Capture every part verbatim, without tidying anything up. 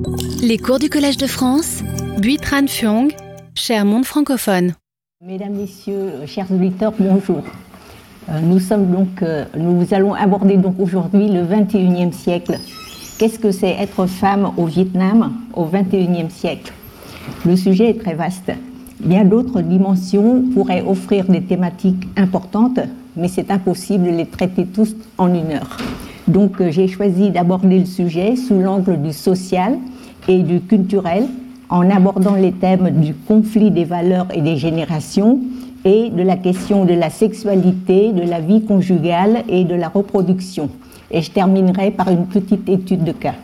Les cours du Collège de France, Bui Tran Phuong, cher monde francophone. Mesdames, Messieurs, chers auditeurs, bonjour. Nous sommes donc, nous allons aborder donc aujourd'hui le vingt et unième siècle. Qu'est-ce que c'est être femme au Vietnam au vingt et unième siècle? Le sujet est très vaste. Bien d'autres dimensions pourraient offrir des thématiques importantes, mais c'est impossible de les traiter tous en une heure. Donc j'ai choisi d'aborder le sujet sous l'angle du social et du culturel, en abordant les thèmes du conflit des valeurs et des générations et de la question de la sexualité, de la vie conjugale et de la reproduction. Et je terminerai par une petite étude de cas.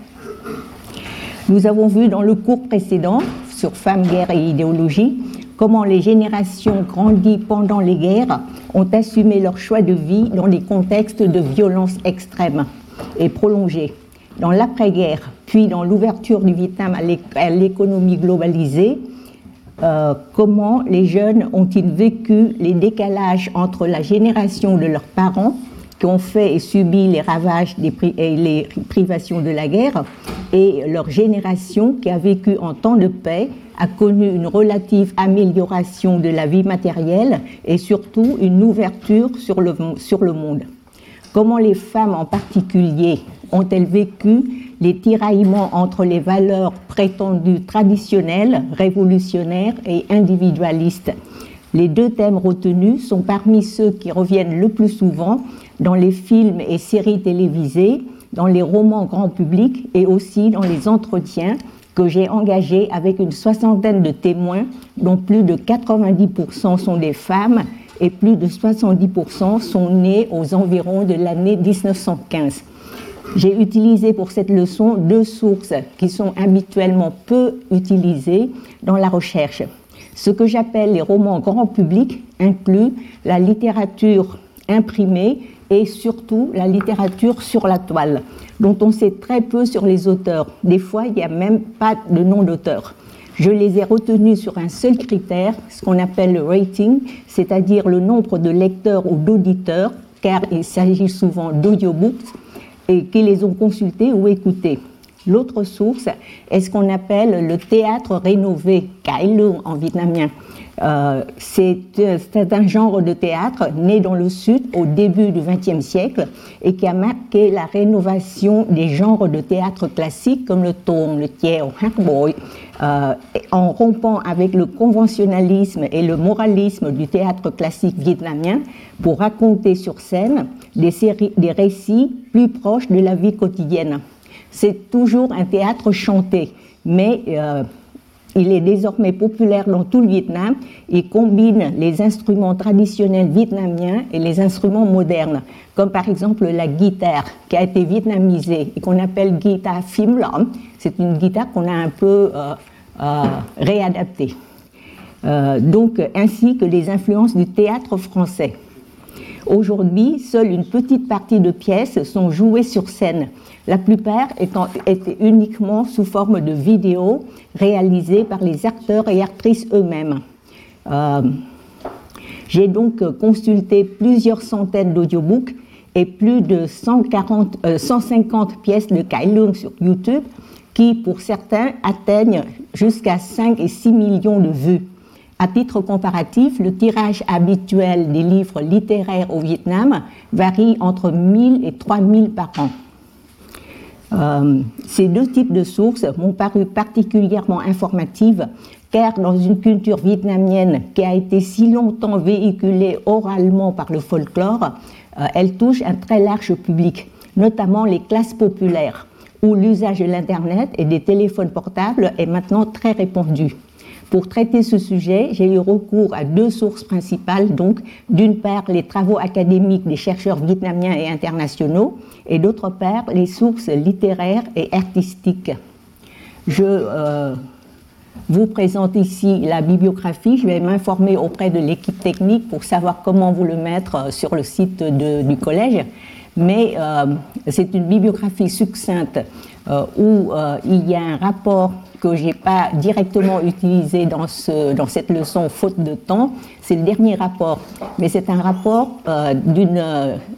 Nous avons vu dans le cours précédent sur Femmes, guerre et idéologie comment les générations grandies pendant les guerres ont assumé leur choix de vie dans des contextes de violence extrême et prolongée. Dans l'après-guerre, puis dans l'ouverture du Vietnam à l'économie globalisée, euh, comment les jeunes ont-ils vécu les décalages entre la génération de leurs parents qui ont fait et subi les ravages des pri- et les privations de la guerre et leur génération qui a vécu en temps de paix, a connu une relative amélioration de la vie matérielle et surtout une ouverture sur le, sur le monde. Comment les femmes en particulier ont-elles vécu les tiraillements entre les valeurs prétendues traditionnelles, révolutionnaires et individualistes? Les deux thèmes retenus sont parmi ceux qui reviennent le plus souvent dans les films et séries télévisées, dans les romans grand public et aussi dans les entretiens que j'ai engagés avec une soixantaine de témoins, dont plus de quatre-vingt-dix pour cent sont des femmes et plus de soixante-dix pour cent sont nés aux environs de l'année dix-neuf cent quinze. J'ai utilisé pour cette leçon deux sources qui sont habituellement peu utilisées dans la recherche. Ce que j'appelle les romans grand public inclut la littérature imprimée et surtout la littérature sur la toile, dont on sait très peu sur les auteurs. Des fois, il n'y a même pas de nom d'auteur. Je les ai retenus sur un seul critère, ce qu'on appelle le rating, c'est-à-dire le nombre de lecteurs ou d'auditeurs, car il s'agit souvent d'audiobooks, et qui les ont consultés ou écoutés. L'autre source est ce qu'on appelle le théâtre rénové, Cải Lương en vietnamien. Euh, c'est, c'est un genre de théâtre né dans le Sud au début du vingtième siècle et qui a marqué la rénovation des genres de théâtre classiques comme le tuồng, le chèo, hát bội, euh, en rompant avec le conventionnalisme et le moralisme du théâtre classique vietnamien pour raconter sur scène des, séries, des récits plus proches de la vie quotidienne. C'est toujours un théâtre chanté, mais euh, il est désormais populaire dans tout le Vietnam. Il combine les instruments traditionnels vietnamiens et les instruments modernes, comme par exemple la guitare qui a été vietnamisée et qu'on appelle guitare phím lõm. C'est une guitare qu'on a un peu euh, euh, réadaptée. Euh, donc, ainsi que les influences du théâtre français. Aujourd'hui, seule une petite partie de pièces sont jouées sur scène, la plupart étant étaient uniquement sous forme de vidéos réalisées par les acteurs et actrices eux-mêmes. Euh, j'ai donc consulté plusieurs centaines d'audiobooks et plus de cent quarante, euh, cent cinquante pièces de Cải Lương sur YouTube qui, pour certains, atteignent jusqu'à cinq et six millions de vues. À titre comparatif, le tirage habituel des livres littéraires au Vietnam varie entre mille et trois mille par an. Euh, ces deux types de sources m'ont paru particulièrement informatives car dans une culture vietnamienne qui a été si longtemps véhiculée oralement par le folklore, euh, elle touche un très large public, notamment les classes populaires, où l'usage de l'Internet et des téléphones portables est maintenant très répandu. Pour traiter ce sujet, j'ai eu recours à deux sources principales, donc d'une part les travaux académiques des chercheurs vietnamiens et internationaux, et d'autre part les sources littéraires et artistiques. Je euh, vous présente ici la bibliographie, je vais m'informer auprès de l'équipe technique pour savoir comment vous le mettre sur le site de, du collège, mais euh, c'est une bibliographie succincte euh, où euh, il y a un rapport que je n'ai pas directement utilisé dans, ce, dans cette leçon faute de temps, c'est le dernier rapport. Mais c'est un rapport euh, d'une,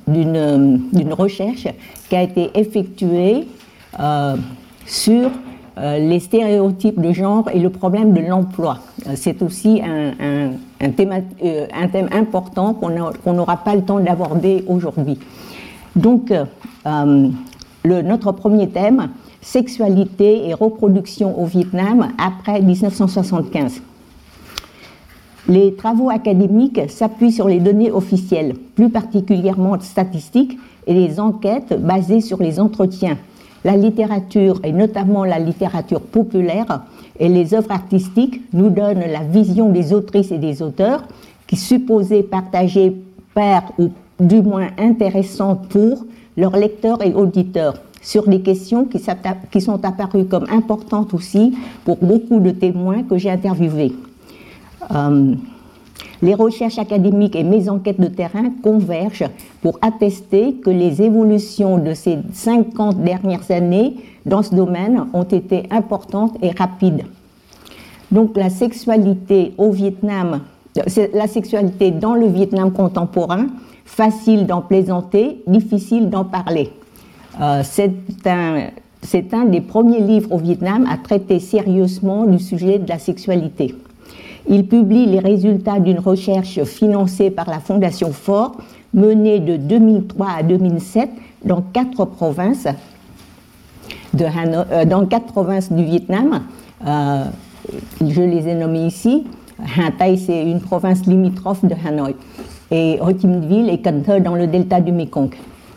d'une, d'une recherche qui a été effectuée euh, sur euh, les stéréotypes de genre et le problème de l'emploi. Euh, c'est aussi un, un, un, thème, euh, un thème important qu'on qu'on n'aura pas le temps d'aborder aujourd'hui. Donc, euh, le, notre premier thème, sexualité et reproduction au Vietnam après dix-neuf cent soixante-quinze. Les travaux académiques s'appuient sur les données officielles, plus particulièrement statistiques, et les enquêtes basées sur les entretiens. La littérature, et notamment la littérature populaire, et les œuvres artistiques nous donnent la vision des autrices et des auteurs qui supposaient partager par, ou du moins intéressantes pour, leurs lecteurs et auditeurs, sur des questions qui, qui sont apparues comme importantes aussi pour beaucoup de témoins que j'ai interviewés. Euh, les recherches académiques et mes enquêtes de terrain convergent pour attester que les évolutions de ces cinquante dernières années dans ce domaine ont été importantes et rapides. Donc la sexualité au Vietnam, la sexualité dans le Vietnam contemporain, facile d'en plaisanter, difficile d'en parler. Euh, c'est un, c'est un des premiers livres au Vietnam à traiter sérieusement du sujet de la sexualité. Il publie les résultats d'une recherche financée par la Fondation Ford, menée de deux mille trois à deux mille sept dans quatre provinces, de Hanoi, euh, dans quatre provinces du Vietnam. Euh, je les ai nommées ici. Ha Tây, c'est une province limitrophe de Hanoï, et Ho Chi Minh Ville et Cần Thơ dans le delta du Mekong.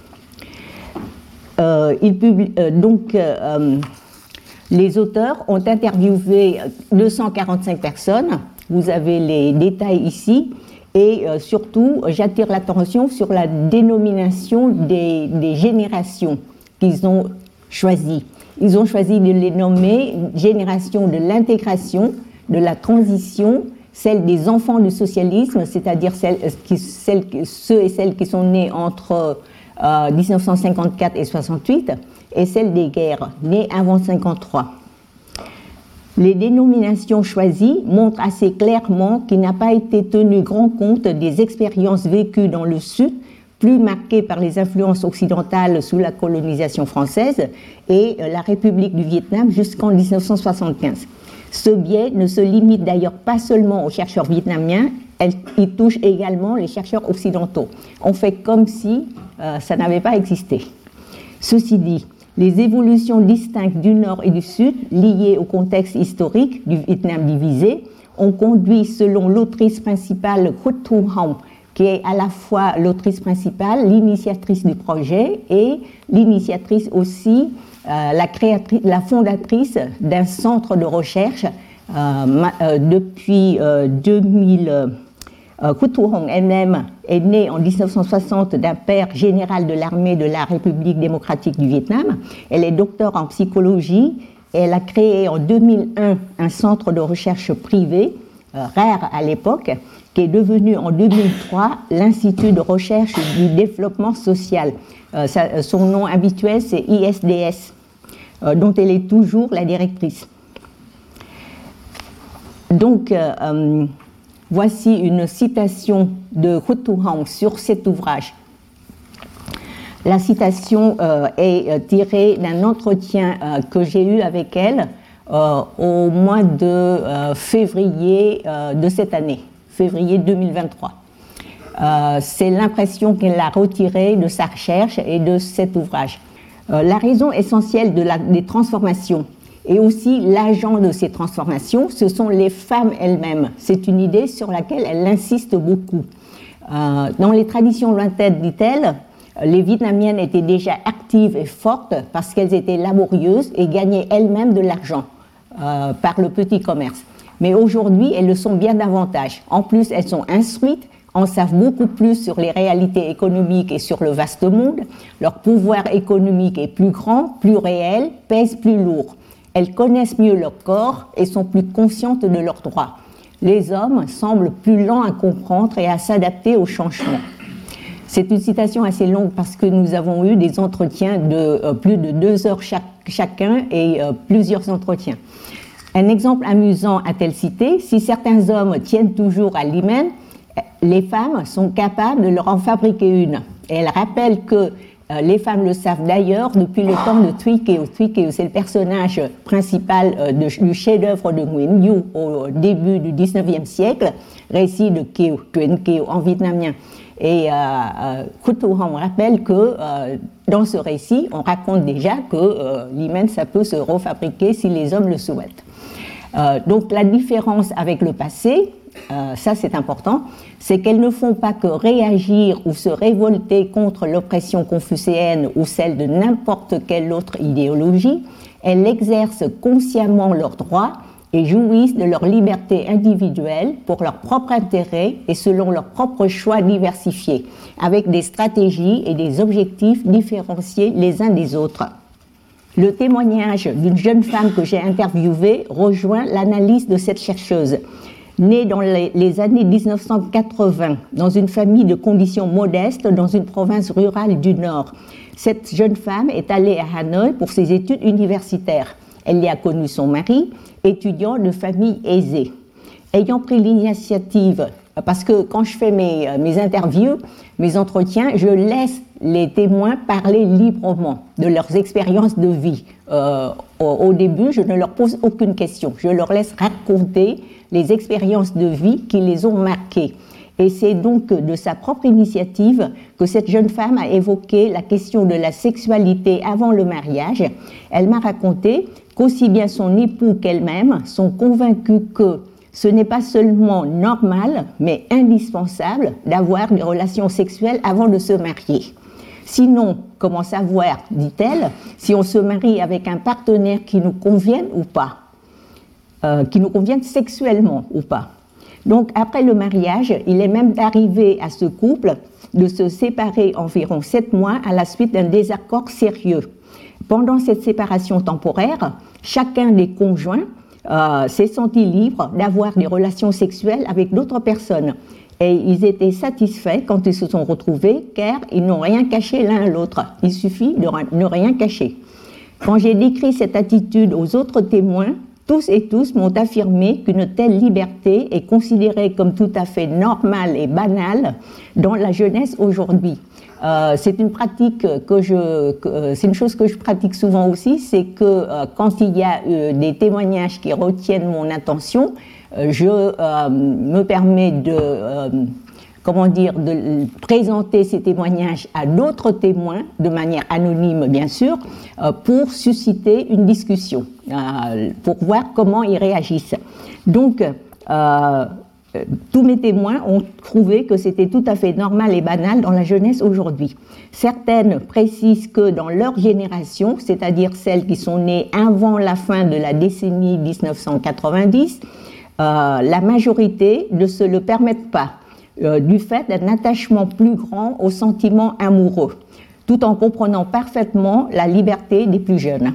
Euh, il publie, euh, donc, euh, les auteurs ont interviewé deux cent quarante-cinq personnes. Vous avez les détails ici. Et euh, surtout, j'attire l'attention sur la dénomination des, des générations qu'ils ont choisies. Ils ont choisi de les nommer génération de l'intégration, de la transition, celle des enfants du socialisme, c'est-à-dire celles, qui, celles, ceux et celles qui sont nés entre euh, dix-neuf cent cinquante-quatre et soixante-huit, et celle des guerres, nés avant cinquante-trois. Les dénominations choisies montrent assez clairement qu'il n'a pas été tenu grand compte des expériences vécues dans le Sud, plus marquées par les influences occidentales sous la colonisation française, et la République du Vietnam jusqu'en dix-neuf cent soixante-quinze. Ce biais ne se limite d'ailleurs pas seulement aux chercheurs vietnamiens, il touche également les chercheurs occidentaux. On fait comme si euh, ça n'avait pas existé. Ceci dit, les évolutions distinctes du Nord et du Sud, liées au contexte historique du Vietnam divisé, ont conduit, selon l'autrice principale Khuất Thu Hồng, qui est à la fois l'autrice principale, l'initiatrice du projet et l'initiatrice aussi, euh, la, créatrice, la fondatrice d'un centre de recherche euh, euh, depuis euh, deux mille. Euh, Khuất Thu Hồng elle-même est née en dix-neuf cent soixante d'un père général de l'armée de la République démocratique du Vietnam. Elle est docteure en psychologie et elle a créé en deux mille un un centre de recherche privé, euh, rare à l'époque, qui est devenu en deux mille trois l'Institut de recherche du développement social. Euh, ça, son nom habituel, c'est I S D S, euh, dont elle est toujours la directrice. Donc, euh, euh, voici une citation de Khuất Thu Hồng sur cet ouvrage. La citation euh, est tirée d'un entretien euh, que j'ai eu avec elle euh, au mois de euh, février euh, de cette année, février deux mille vingt-trois. Euh, c'est l'impression qu'elle a retirée de sa recherche et de cet ouvrage. Euh, la raison essentielle de la, des transformations et aussi l'agent de ces transformations, ce sont les femmes elles-mêmes. C'est une idée sur laquelle elle insiste beaucoup. Euh, dans les traditions lointaines, dit-elle, les Vietnamiennes étaient déjà actives et fortes parce qu'elles étaient laborieuses et gagnaient elles-mêmes de l'argent euh, par le petit commerce. Mais aujourd'hui, elles le sont bien davantage. En plus, elles sont instruites, en savent beaucoup plus sur les réalités économiques et sur le vaste monde. Leur pouvoir économique est plus grand, plus réel, pèse plus lourd. Elles connaissent mieux leur corps et sont plus conscientes de leurs droits. Les hommes semblent plus lents à comprendre et à s'adapter aux changements. C'est une citation assez longue parce que nous avons eu des entretiens de euh, plus de deux heures chaque, chacun et euh, plusieurs entretiens. Un exemple amusant a-t-elle cité, si certains hommes tiennent toujours à l'hymen, les femmes sont capables de leur en fabriquer une. Et elle rappelle que Euh, les femmes le savent d'ailleurs depuis le temps de Thuy Kieu. Thuy Kieu, c'est le personnage principal euh, de, du chef-d'œuvre de Nguyen Du au début du dix-neuvième siècle, récit de Kieu, Truyện Kieu en vietnamien. Et euh, euh, Khuất Thu Hồng rappelle que euh, dans ce récit, on raconte déjà que euh, l'hymen, ça peut se refabriquer si les hommes le souhaitent. Euh, donc la différence avec le passé, euh, ça c'est important, c'est qu'elles ne font pas que réagir ou se révolter contre l'oppression confucéenne ou celle de n'importe quelle autre idéologie, elles exercent consciemment leurs droits et jouissent de leur liberté individuelle pour leur propre intérêt et selon leurs propres choix diversifiés, avec des stratégies et des objectifs différenciés les uns des autres. Le témoignage d'une jeune femme que j'ai interviewée rejoint l'analyse de cette chercheuse. Née dans les, les années dix-neuf cent quatre-vingts, dans une famille de conditions modestes dans une province rurale du Nord, cette jeune femme est allée à Hanoï pour ses études universitaires. Elle y a connu son mari, étudiant de famille aisée. Ayant pris l'initiative, parce que quand je fais mes, mes interviews, mes entretiens, je laisse les témoins parler librement de leurs expériences de vie. Euh, au, au début, je ne leur pose aucune question. Je leur laisse raconter les expériences de vie qui les ont marquées. Et c'est donc de sa propre initiative que cette jeune femme a évoqué la question de la sexualité avant le mariage. Elle m'a raconté qu'aussi bien son époux qu'elle-même sont convaincus que ce n'est pas seulement normal, mais indispensable d'avoir des relations sexuelles avant de se marier. Sinon, comment savoir, dit-elle, si on se marie avec un partenaire qui nous convienne ou pas, euh, qui nous convienne sexuellement ou pas. Donc, après le mariage, il est même arrivé à ce couple de se séparer environ sept mois à la suite d'un désaccord sérieux. Pendant cette séparation temporaire, chacun des conjoints euh, s'est senti libre d'avoir des relations sexuelles avec d'autres personnes. Et ils étaient satisfaits quand ils se sont retrouvés, car ils n'ont rien caché l'un à l'autre. Il suffit de ne rien cacher. Quand j'ai décrit cette attitude aux autres témoins, tous et tous m'ont affirmé qu'une telle liberté est considérée comme tout à fait normale et banale dans la jeunesse aujourd'hui. Euh, c'est une pratique que je, que, c'est une chose que je pratique souvent aussi, c'est que euh, quand il y a euh, des témoignages qui retiennent mon attention, euh, je euh, me permets de, euh, comment dire, de présenter ces témoignages à d'autres témoins, de manière anonyme bien sûr, euh, pour susciter une discussion, euh, pour voir comment ils réagissent. Donc, euh, tous mes témoins ont trouvé que c'était tout à fait normal et banal dans la jeunesse aujourd'hui. Certaines précisent que dans leur génération, c'est-à-dire celles qui sont nées avant la fin de la décennie dix-neuf cent quatre-vingt-dix, euh, la majorité ne se le permettent pas, euh, du fait d'un attachement plus grand aux sentiments amoureux, tout en comprenant parfaitement la liberté des plus jeunes.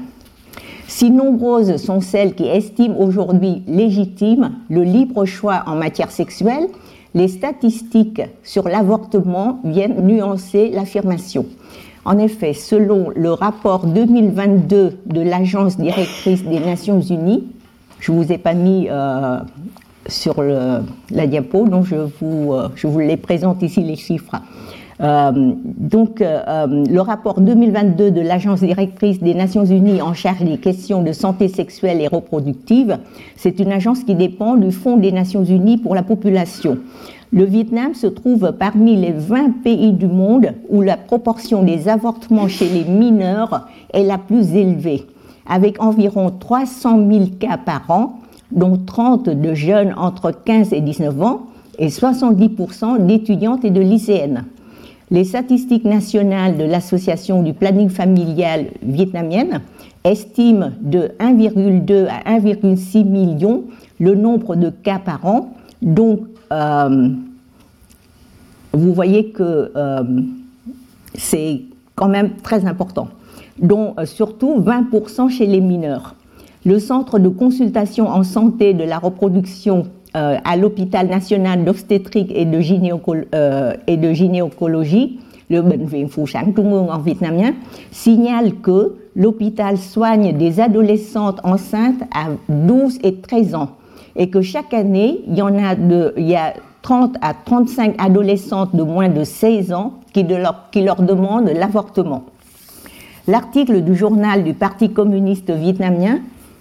Si nombreuses sont celles qui estiment aujourd'hui légitime le libre choix en matière sexuelle, les statistiques sur l'avortement viennent nuancer l'affirmation. En effet, selon le rapport deux mille vingt-deux de l'Agence directrice des Nations Unies, je ne vous ai pas mis euh, sur le, la diapo, donc je vous, euh, je vous les présente ici les chiffres. Euh, donc, euh, le rapport deux mille vingt-deux de l'Agence directrice des Nations Unies en charge des questions de santé sexuelle et reproductive, c'est une agence qui dépend du Fonds des Nations Unies pour la population. Le Vietnam se trouve parmi les vingt pays du monde où la proportion des avortements chez les mineurs est la plus élevée, avec environ trois cent mille cas par an, dont trente de jeunes entre quinze et dix-neuf ans et soixante-dix pour cent d'étudiantes et de lycéennes. Les statistiques nationales de l'Association du planning familial vietnamienne estiment de un virgule deux à un virgule six million le nombre de cas par an, dont euh, vous voyez que euh, c'est quand même très important, dont euh, surtout vingt pour cent chez les mineurs. Le Centre de consultation en santé de la reproduction Euh, à l'hôpital national d'obstétrique et de, gynécolo- euh, et de gynécologie, le Bệnh viện Phụ sản Trung ương en vietnamien, signale que l'hôpital soigne des adolescentes enceintes à douze et treize ans et que chaque année, il y en a, de, il y a trente à trente-cinq adolescentes de moins de seize ans qui, de leur, qui leur demandent l'avortement. L'article du journal du Parti communiste vietnamien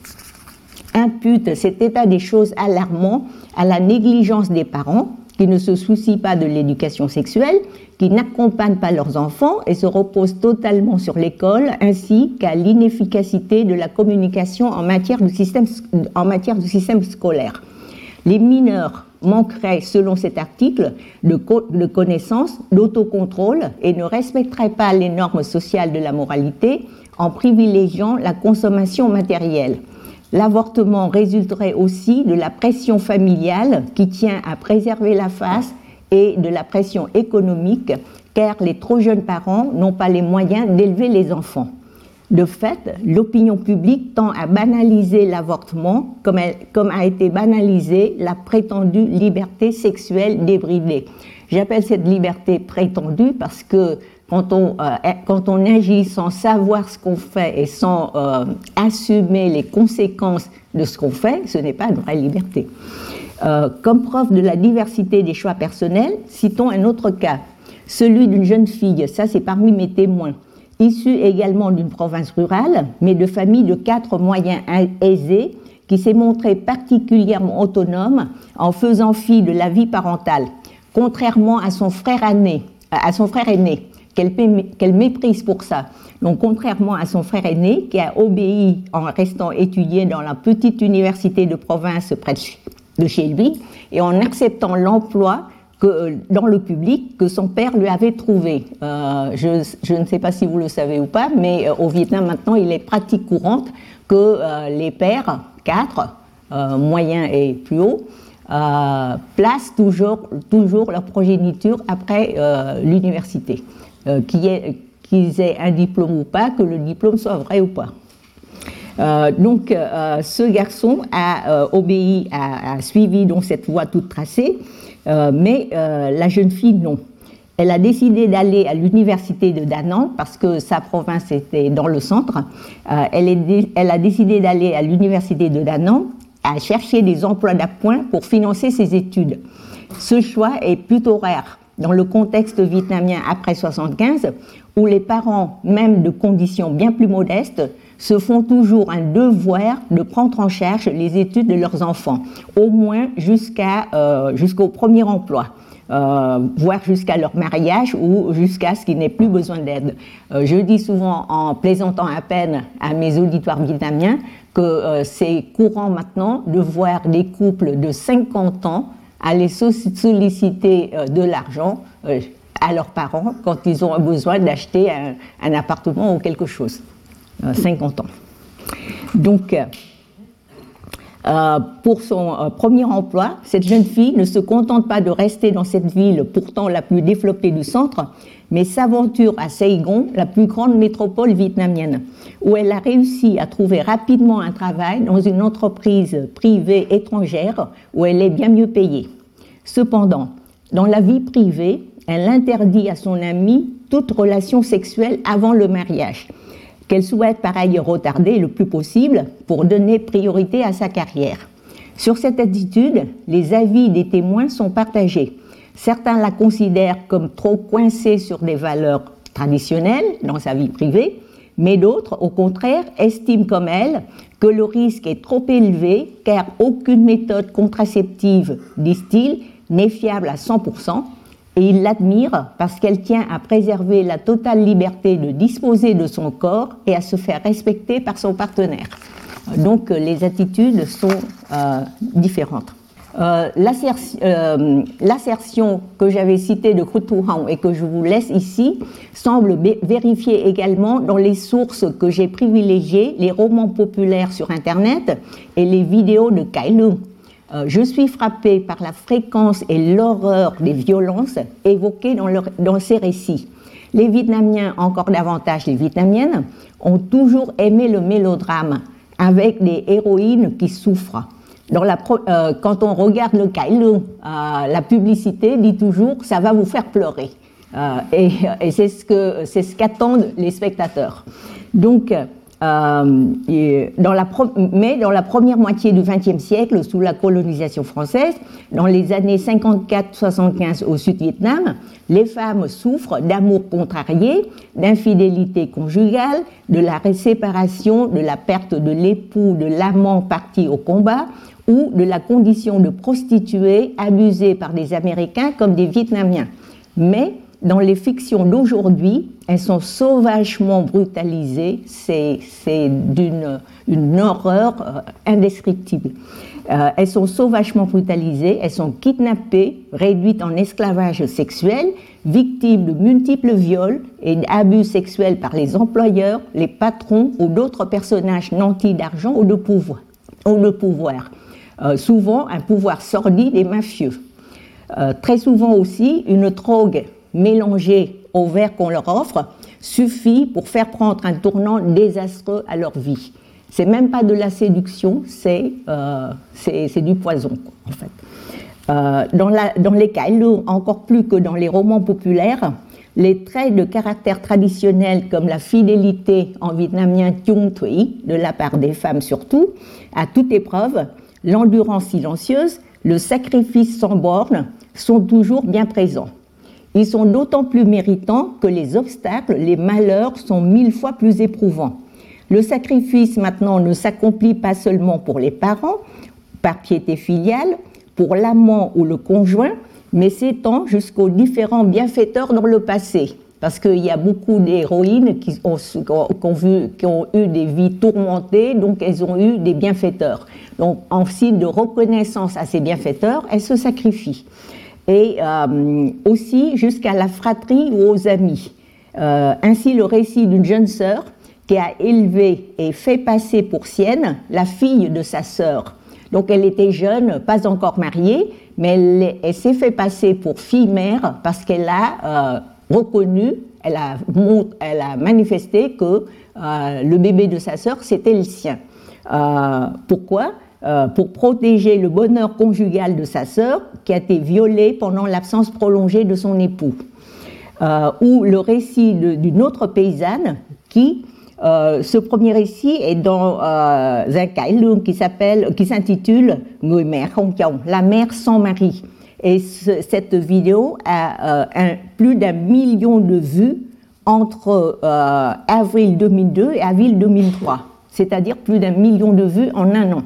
impute cet état des choses alarmant à la négligence des parents qui ne se soucient pas de l'éducation sexuelle, qui n'accompagnent pas leurs enfants et se reposent totalement sur l'école, ainsi qu'à l'inefficacité de la communication en matière du système, en matière du système scolaire. Les mineurs manqueraient, selon cet article, de, co- de connaissances, d'autocontrôle et ne respecteraient pas les normes sociales de la moralité en privilégiant la consommation matérielle. L'avortement résulterait aussi de la pression familiale qui tient à préserver la face et de la pression économique, car les trop jeunes parents n'ont pas les moyens d'élever les enfants. De fait, l'opinion publique tend à banaliser l'avortement comme, elle, comme a été banalisée la prétendue liberté sexuelle débridée. J'appelle cette liberté prétendue parce que quand on, euh, quand on agit sans savoir ce qu'on fait et sans euh, assumer les conséquences de ce qu'on fait, ce n'est pas une vraie liberté. Euh, comme preuve de la diversité des choix personnels, citons un autre cas, celui d'une jeune fille, ça c'est parmi mes témoins, issue également d'une province rurale, mais de famille de quatre moyens aisés, qui s'est montrée particulièrement autonome en faisant fi de la vie parentale, contrairement à son frère aîné, à son frère aîné qu'elle, qu'elle méprise pour ça. Donc, contrairement à son frère aîné, qui a obéi en restant étudié dans la petite université de province près de chez lui, et en acceptant l'emploi que, dans le public que son père lui avait trouvé. Euh, je, je ne sais pas si vous le savez ou pas, mais au Vietnam, maintenant, il est pratique courante que euh, les pères, quatre, euh, moyens et plus hauts, euh, placent toujours, toujours leur progéniture après euh, l'université. Euh, qu'il ait, qu'ils aient un diplôme ou pas, que le diplôme soit vrai ou pas. Euh, donc, euh, ce garçon a euh, obéi, a, a suivi donc cette voie toute tracée, euh, mais euh, la jeune fille, non. Elle a décidé d'aller à l'université de Da Nang parce que sa province était dans le centre. Euh, elle, est, elle a décidé d'aller à l'université de Da Nang à chercher des emplois d'appoint pour financer ses études. Ce choix est plutôt rare dans le contexte vietnamien après soixante-quinze, où les parents, même de conditions bien plus modestes, se font toujours un devoir de prendre en charge les études de leurs enfants, au moins jusqu'à, euh, jusqu'au premier emploi, euh, voire jusqu'à leur mariage ou jusqu'à ce qu'ils n'aient plus besoin d'aide. Euh, je dis souvent, en plaisantant à peine à mes auditoires vietnamiens, que euh, c'est courant maintenant de voir des couples de cinquante ans aller solliciter de l'argent à leurs parents quand ils ont besoin d'acheter un, un appartement ou quelque chose. cinquante ans. Donc, euh, pour son euh, premier emploi, cette jeune fille ne se contente pas de rester dans cette ville pourtant la plus développée du centre, mais s'aventure à Saigon, la plus grande métropole vietnamienne, où elle a réussi à trouver rapidement un travail dans une entreprise privée étrangère où elle est bien mieux payée. Cependant, dans la vie privée, elle interdit à son amie toute relation sexuelle avant le mariage, qu'elle souhaite par ailleurs retarder le plus possible pour donner priorité à sa carrière. Sur cette attitude, les avis des témoins sont partagés. Certains la considèrent comme trop coincée sur des valeurs traditionnelles dans sa vie privée, mais d'autres, au contraire, estiment comme elle que le risque est trop élevé car aucune méthode contraceptive, disent-ils, n'est fiable à cent pour cent, et ils l'admirent parce qu'elle tient à préserver la totale liberté de disposer de son corps et à se faire respecter par son partenaire. Donc les attitudes sont euh, différentes. Euh, l'assertion, euh, l'assertion que j'avais citée de Kru Tu Hong et que je vous laisse ici semble bé- vérifier également dans les sources que j'ai privilégiées, les romans populaires sur Internet et les vidéos de Cai Lung. Euh, je suis frappée par la fréquence et l'horreur des violences évoquées dans, leur, dans ces récits. Les Vietnamiens, encore davantage les Vietnamiennes, ont toujours aimé le mélodrame avec des héroïnes qui souffrent. Dans la, euh, quand on regarde le Cai Lung, euh, la publicité dit toujours « ça va vous faire pleurer euh, ». Et, et c'est ce que, c'est ce qu'attendent les spectateurs. Donc, Euh, et dans la mais dans la première moitié du vingtième siècle, sous la colonisation française, dans les années cinquante-quatre soixante-quinze au Sud-Vietnam, les femmes souffrent d'amour contrarié, d'infidélité conjugale, de la séparation, de la perte de l'époux, de l'amant parti au combat, ou de la condition de prostituées abusées par des Américains comme des Vietnamiens. Mais dans les fictions d'aujourd'hui, elles sont sauvagement brutalisées, c'est, c'est d'une une horreur euh, indescriptible. Euh, elles sont sauvagement brutalisées, elles sont kidnappées, réduites en esclavage sexuel, victimes de multiples viols et d'abus sexuels par les employeurs, les patrons ou d'autres personnages nantis d'argent ou de pouvoir. Ou de pouvoir. Euh, souvent un pouvoir sordide et mafieux. Euh, très souvent aussi, une drogue mélangée au verre qu'on leur offre suffit pour faire prendre un tournant désastreux à leur vie. C'est même pas de la séduction, c'est, euh, c'est, c'est du poison, en fait. Euh, dans, la, dans les cas, encore plus que dans les romans populaires, les traits de caractère traditionnels comme la fidélité en vietnamien Trung Thủy, de la part des femmes surtout, à toute épreuve, l'endurance silencieuse, le sacrifice sans bornes sont toujours bien présents. Ils sont d'autant plus méritants que les obstacles, les malheurs sont mille fois plus éprouvants. Le sacrifice maintenant ne s'accomplit pas seulement pour les parents, par piété filiale, pour l'amant ou le conjoint, mais s'étend jusqu'aux différents bienfaiteurs dans le passé. Parce qu'il y a beaucoup d'héroïnes qui ont, qui, ont vu, qui ont eu des vies tourmentées, donc elles ont eu des bienfaiteurs. Donc en signe de reconnaissance à ces bienfaiteurs, elles se sacrifient. Et euh, aussi jusqu'à la fratrie ou aux amis. Euh, ainsi le récit d'une jeune sœur qui a élevé et fait passer pour sienne la fille de sa sœur. Donc elle était jeune, pas encore mariée, mais elle, elle s'est fait passer pour fille-mère parce qu'elle a euh, reconnu, elle a, elle a manifesté que euh, le bébé de sa sœur, c'était le sien. Euh, pourquoi ? Euh, pour protéger le bonheur conjugal de sa sœur qui a été violée pendant l'absence prolongée de son époux. Euh, ou le récit de, d'une autre paysanne qui, euh, ce premier récit est dans euh, un cải lương qui s'appelle, qui s'intitule Người mẹ không chồng, la mère sans mari. Et ce, cette vidéo a euh, un, plus d'un million de vues entre euh, avril deux mille deux et avril deux mille trois, c'est-à-dire plus d'un million de vues en un an.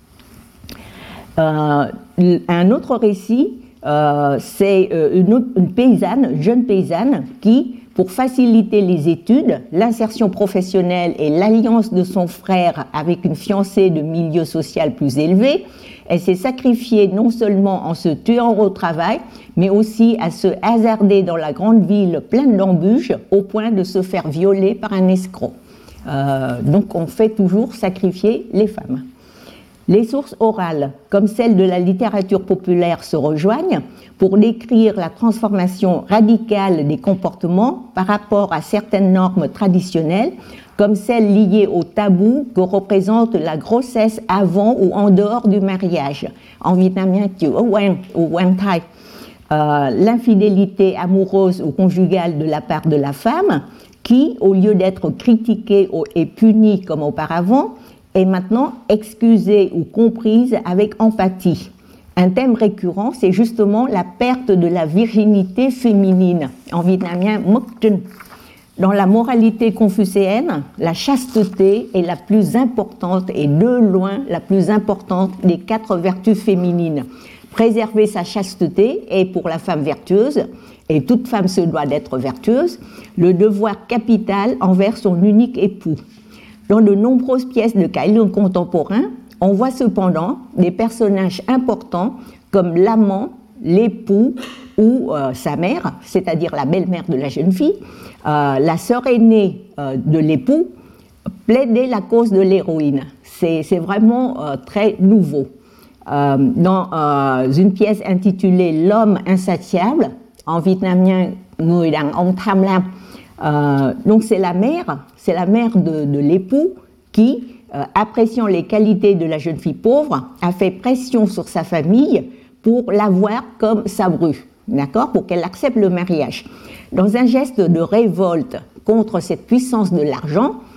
Euh, un autre récit, euh, c'est une, autre, une paysanne, jeune paysanne, qui, pour faciliter les études, l'insertion professionnelle et l'alliance de son frère avec une fiancée de milieu social plus élevé, elle s'est sacrifiée non seulement en se tuant au travail, mais aussi à se hasarder dans la grande ville pleine d'embûches au point de se faire violer par un escroc. Euh, donc on fait toujours sacrifier les femmes. Les sources orales, comme celles de la littérature populaire, se rejoignent pour décrire la transformation radicale des comportements par rapport à certaines normes traditionnelles, comme celles liées au tabou que représente la grossesse avant ou en dehors du mariage, en vietnamien chữ quan ou quan thai, euh, l'infidélité amoureuse ou conjugale de la part de la femme, qui, au lieu d'être critiquée et punie comme auparavant, est maintenant excusée ou comprise avec empathie. Un thème récurrent, c'est justement la perte de la virginité féminine, en vietnamien mất trinh. Dans la moralité confucéenne, la chasteté est la plus importante et de loin la plus importante des quatre vertus féminines. Préserver sa chasteté est pour la femme vertueuse, et toute femme se doit d'être vertueuse, le devoir capital envers son unique époux. Dans de nombreuses pièces de cải lương contemporains, on voit cependant des personnages importants comme l'amant, l'époux ou euh, sa mère, c'est-à-dire la belle-mère de la jeune fille, euh, la sœur aînée euh, de l'époux, plaider la cause de l'héroïne. C'est, c'est vraiment euh, très nouveau. Euh, dans euh, une pièce intitulée L'homme insatiable, en vietnamien Người đàn ông tham lam, Euh, donc c'est la mère, c'est la mère de, de l'époux qui, euh, appréciant les qualités de la jeune fille pauvre, a fait pression sur sa famille pour l'avoir comme sa bru, d'accord, pour qu'elle accepte le mariage. Dans un geste de révolte contre cette puissance de l'argent,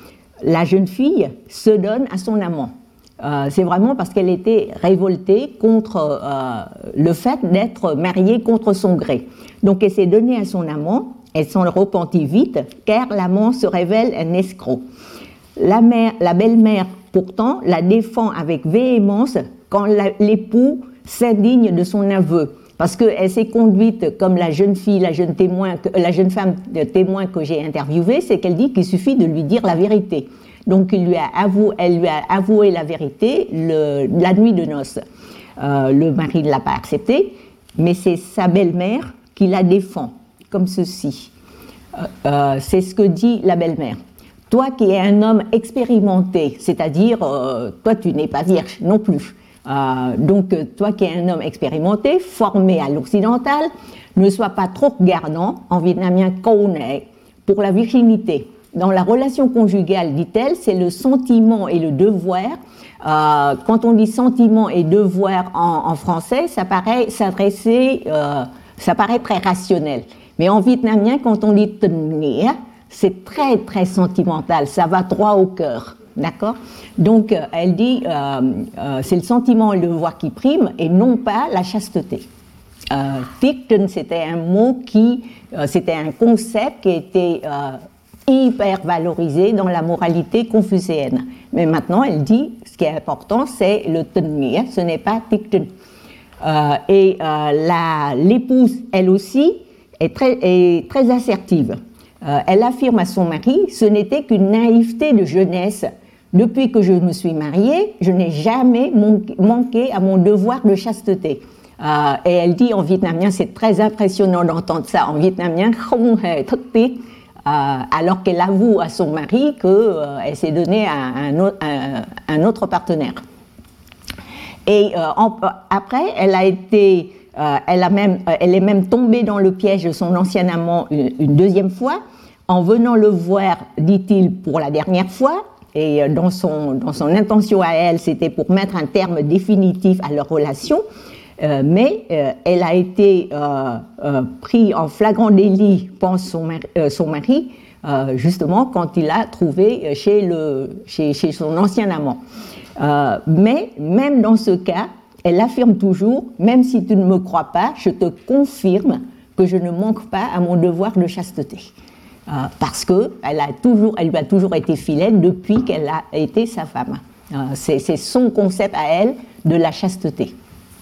la jeune fille se donne à son amant. Euh, c'est vraiment parce qu'elle était révoltée contre euh, le fait d'être mariée contre son gré. Donc elle s'est donnée à son amant, elle s'en repentit vite, car l'amant se révèle un escroc. La, mère, la belle-mère, pourtant, la défend avec véhémence quand la, l'époux s'indigne de son aveu, parce qu'elle s'est conduite comme la jeune fille, la jeune, témoin, la jeune femme de témoin que j'ai interviewée, c'est qu'elle dit qu'il suffit de lui dire la vérité. Donc il lui a avoué, elle lui a avoué la vérité le, la nuit de noces. Euh, le mari ne l'a pas accepté, mais c'est sa belle-mère qui la défend, comme ceci. Euh, euh, c'est ce que dit la belle-mère. Toi qui es un homme expérimenté, c'est-à-dire euh, toi tu n'es pas vierge non plus, euh, donc toi qui es un homme expérimenté, formé à l'occidental, ne sois pas trop regardant, en vietnamien câu nệ, pour la virginité. Dans la relation conjugale, dit-elle, c'est le sentiment et le devoir. Euh, quand on dit sentiment et devoir en, en français, ça paraît s'adresser, euh, ça paraît très rationnel. Mais en vietnamien, quand on dit tình nghĩa, c'est très très sentimental, ça va droit au cœur, d'accord? Donc euh, elle dit, euh, euh, c'est le sentiment et le devoir qui prime et non pas la chasteté. Euh, Tichten, c'était un mot qui, euh, c'était un concept qui était euh, hyper valorisé dans la moralité confucéenne. Mais maintenant, elle dit, ce qui est important, c'est le tình nghĩa, ce n'est pas Tichten. Euh, et euh, la, l'épouse, elle aussi, est très, est très assertive. Euh, elle affirme à son mari, ce n'était qu'une naïveté de jeunesse. Depuis que je me suis mariée, je n'ai jamais manqué à mon devoir de chasteté. Euh, et elle dit en vietnamien, c'est très impressionnant d'entendre ça en vietnamien, không hề thất tiết. Euh, alors qu'elle avoue à son mari qu'elle euh, s'est donnée à un, autre, un, un autre partenaire. Et euh, en, après, elle a été, euh, elle, a même, elle est même tombée dans le piège de son ancien amant une, une deuxième fois, en venant le voir, dit-il, pour la dernière fois, et dans son, dans son intention à elle, c'était pour mettre un terme définitif à leur relation. Euh, mais euh, elle a été euh, euh, prise en flagrant délit, pense son mari, euh, son mari euh, justement quand il l'a trouvée chez, le, chez, chez son ancien amant. Euh, mais même dans ce cas, elle affirme toujours, même si tu ne me crois pas, je te confirme que je ne manque pas à mon devoir de chasteté. Euh, parce qu'elle elle lui a toujours été fidèle depuis qu'elle a été sa femme. Euh, c'est, c'est son concept à elle de la chasteté.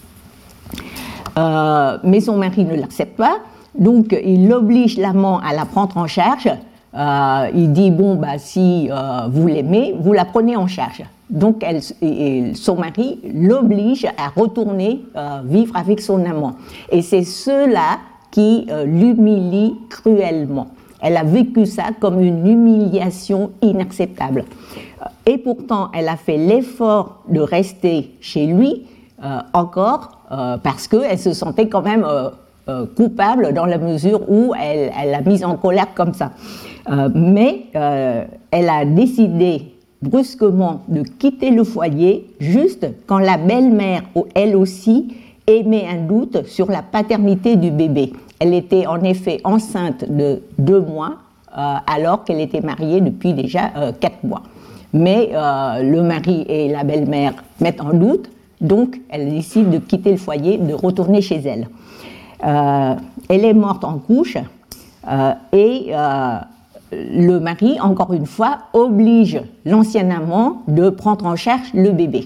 Euh, mais son mari ne l'accepte pas, donc il oblige l'amant à la prendre en charge. Euh, il dit bon bah si euh, vous l'aimez, vous la prenez en charge. Donc elle, et son mari l'oblige à retourner euh, vivre avec son amant. Et c'est cela qui euh, l'humilie cruellement. Elle a vécu ça comme une humiliation inacceptable. Et pourtant, elle a fait l'effort de rester chez lui euh, encore. Euh, parce qu'elle se sentait quand même euh, euh, coupable dans la mesure où elle, elle l'a mise en colère comme ça. Euh, mais euh, elle a décidé brusquement de quitter le foyer juste quand la belle-mère, elle aussi, émet un doute sur la paternité du bébé. Elle était en effet enceinte de deux mois euh, alors qu'elle était mariée depuis déjà euh, quatre mois. Mais euh, le mari et la belle-mère mettent en doute. Donc, elle décide de quitter le foyer, de retourner chez elle. Euh, elle est morte en couche euh, et euh, le mari, encore une fois, oblige l'ancien amant de prendre en charge le bébé.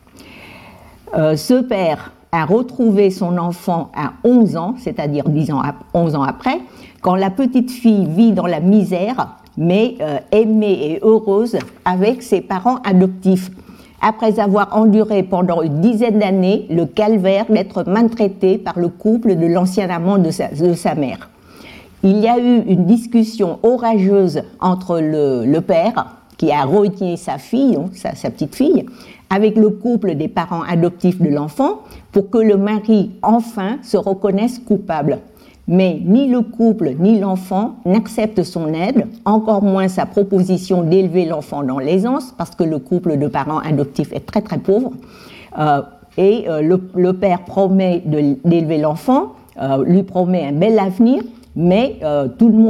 Euh, ce père a retrouvé son enfant à onze ans, c'est-à-dire dix ans, onze ans après, quand la petite fille vit dans la misère, mais euh, aimée et heureuse avec ses parents adoptifs. Après avoir enduré pendant une dizaine d'années le calvaire d'être maltraité par le couple de l'ancien amant de sa, de sa mère. Il y a eu une discussion orageuse entre le, le père, qui a renié sa fille, sa, sa petite fille, avec le couple des parents adoptifs de l'enfant, pour que le mari, enfin, se reconnaisse coupable. Mais ni le couple ni l'enfant n'acceptent son aide, encore moins sa proposition d'élever l'enfant dans l'aisance, parce que le couple de parents adoptifs est très très pauvre. Euh, et euh, le, le père promet de, d'élever l'enfant, euh, lui promet un bel avenir, mais euh, tout le monde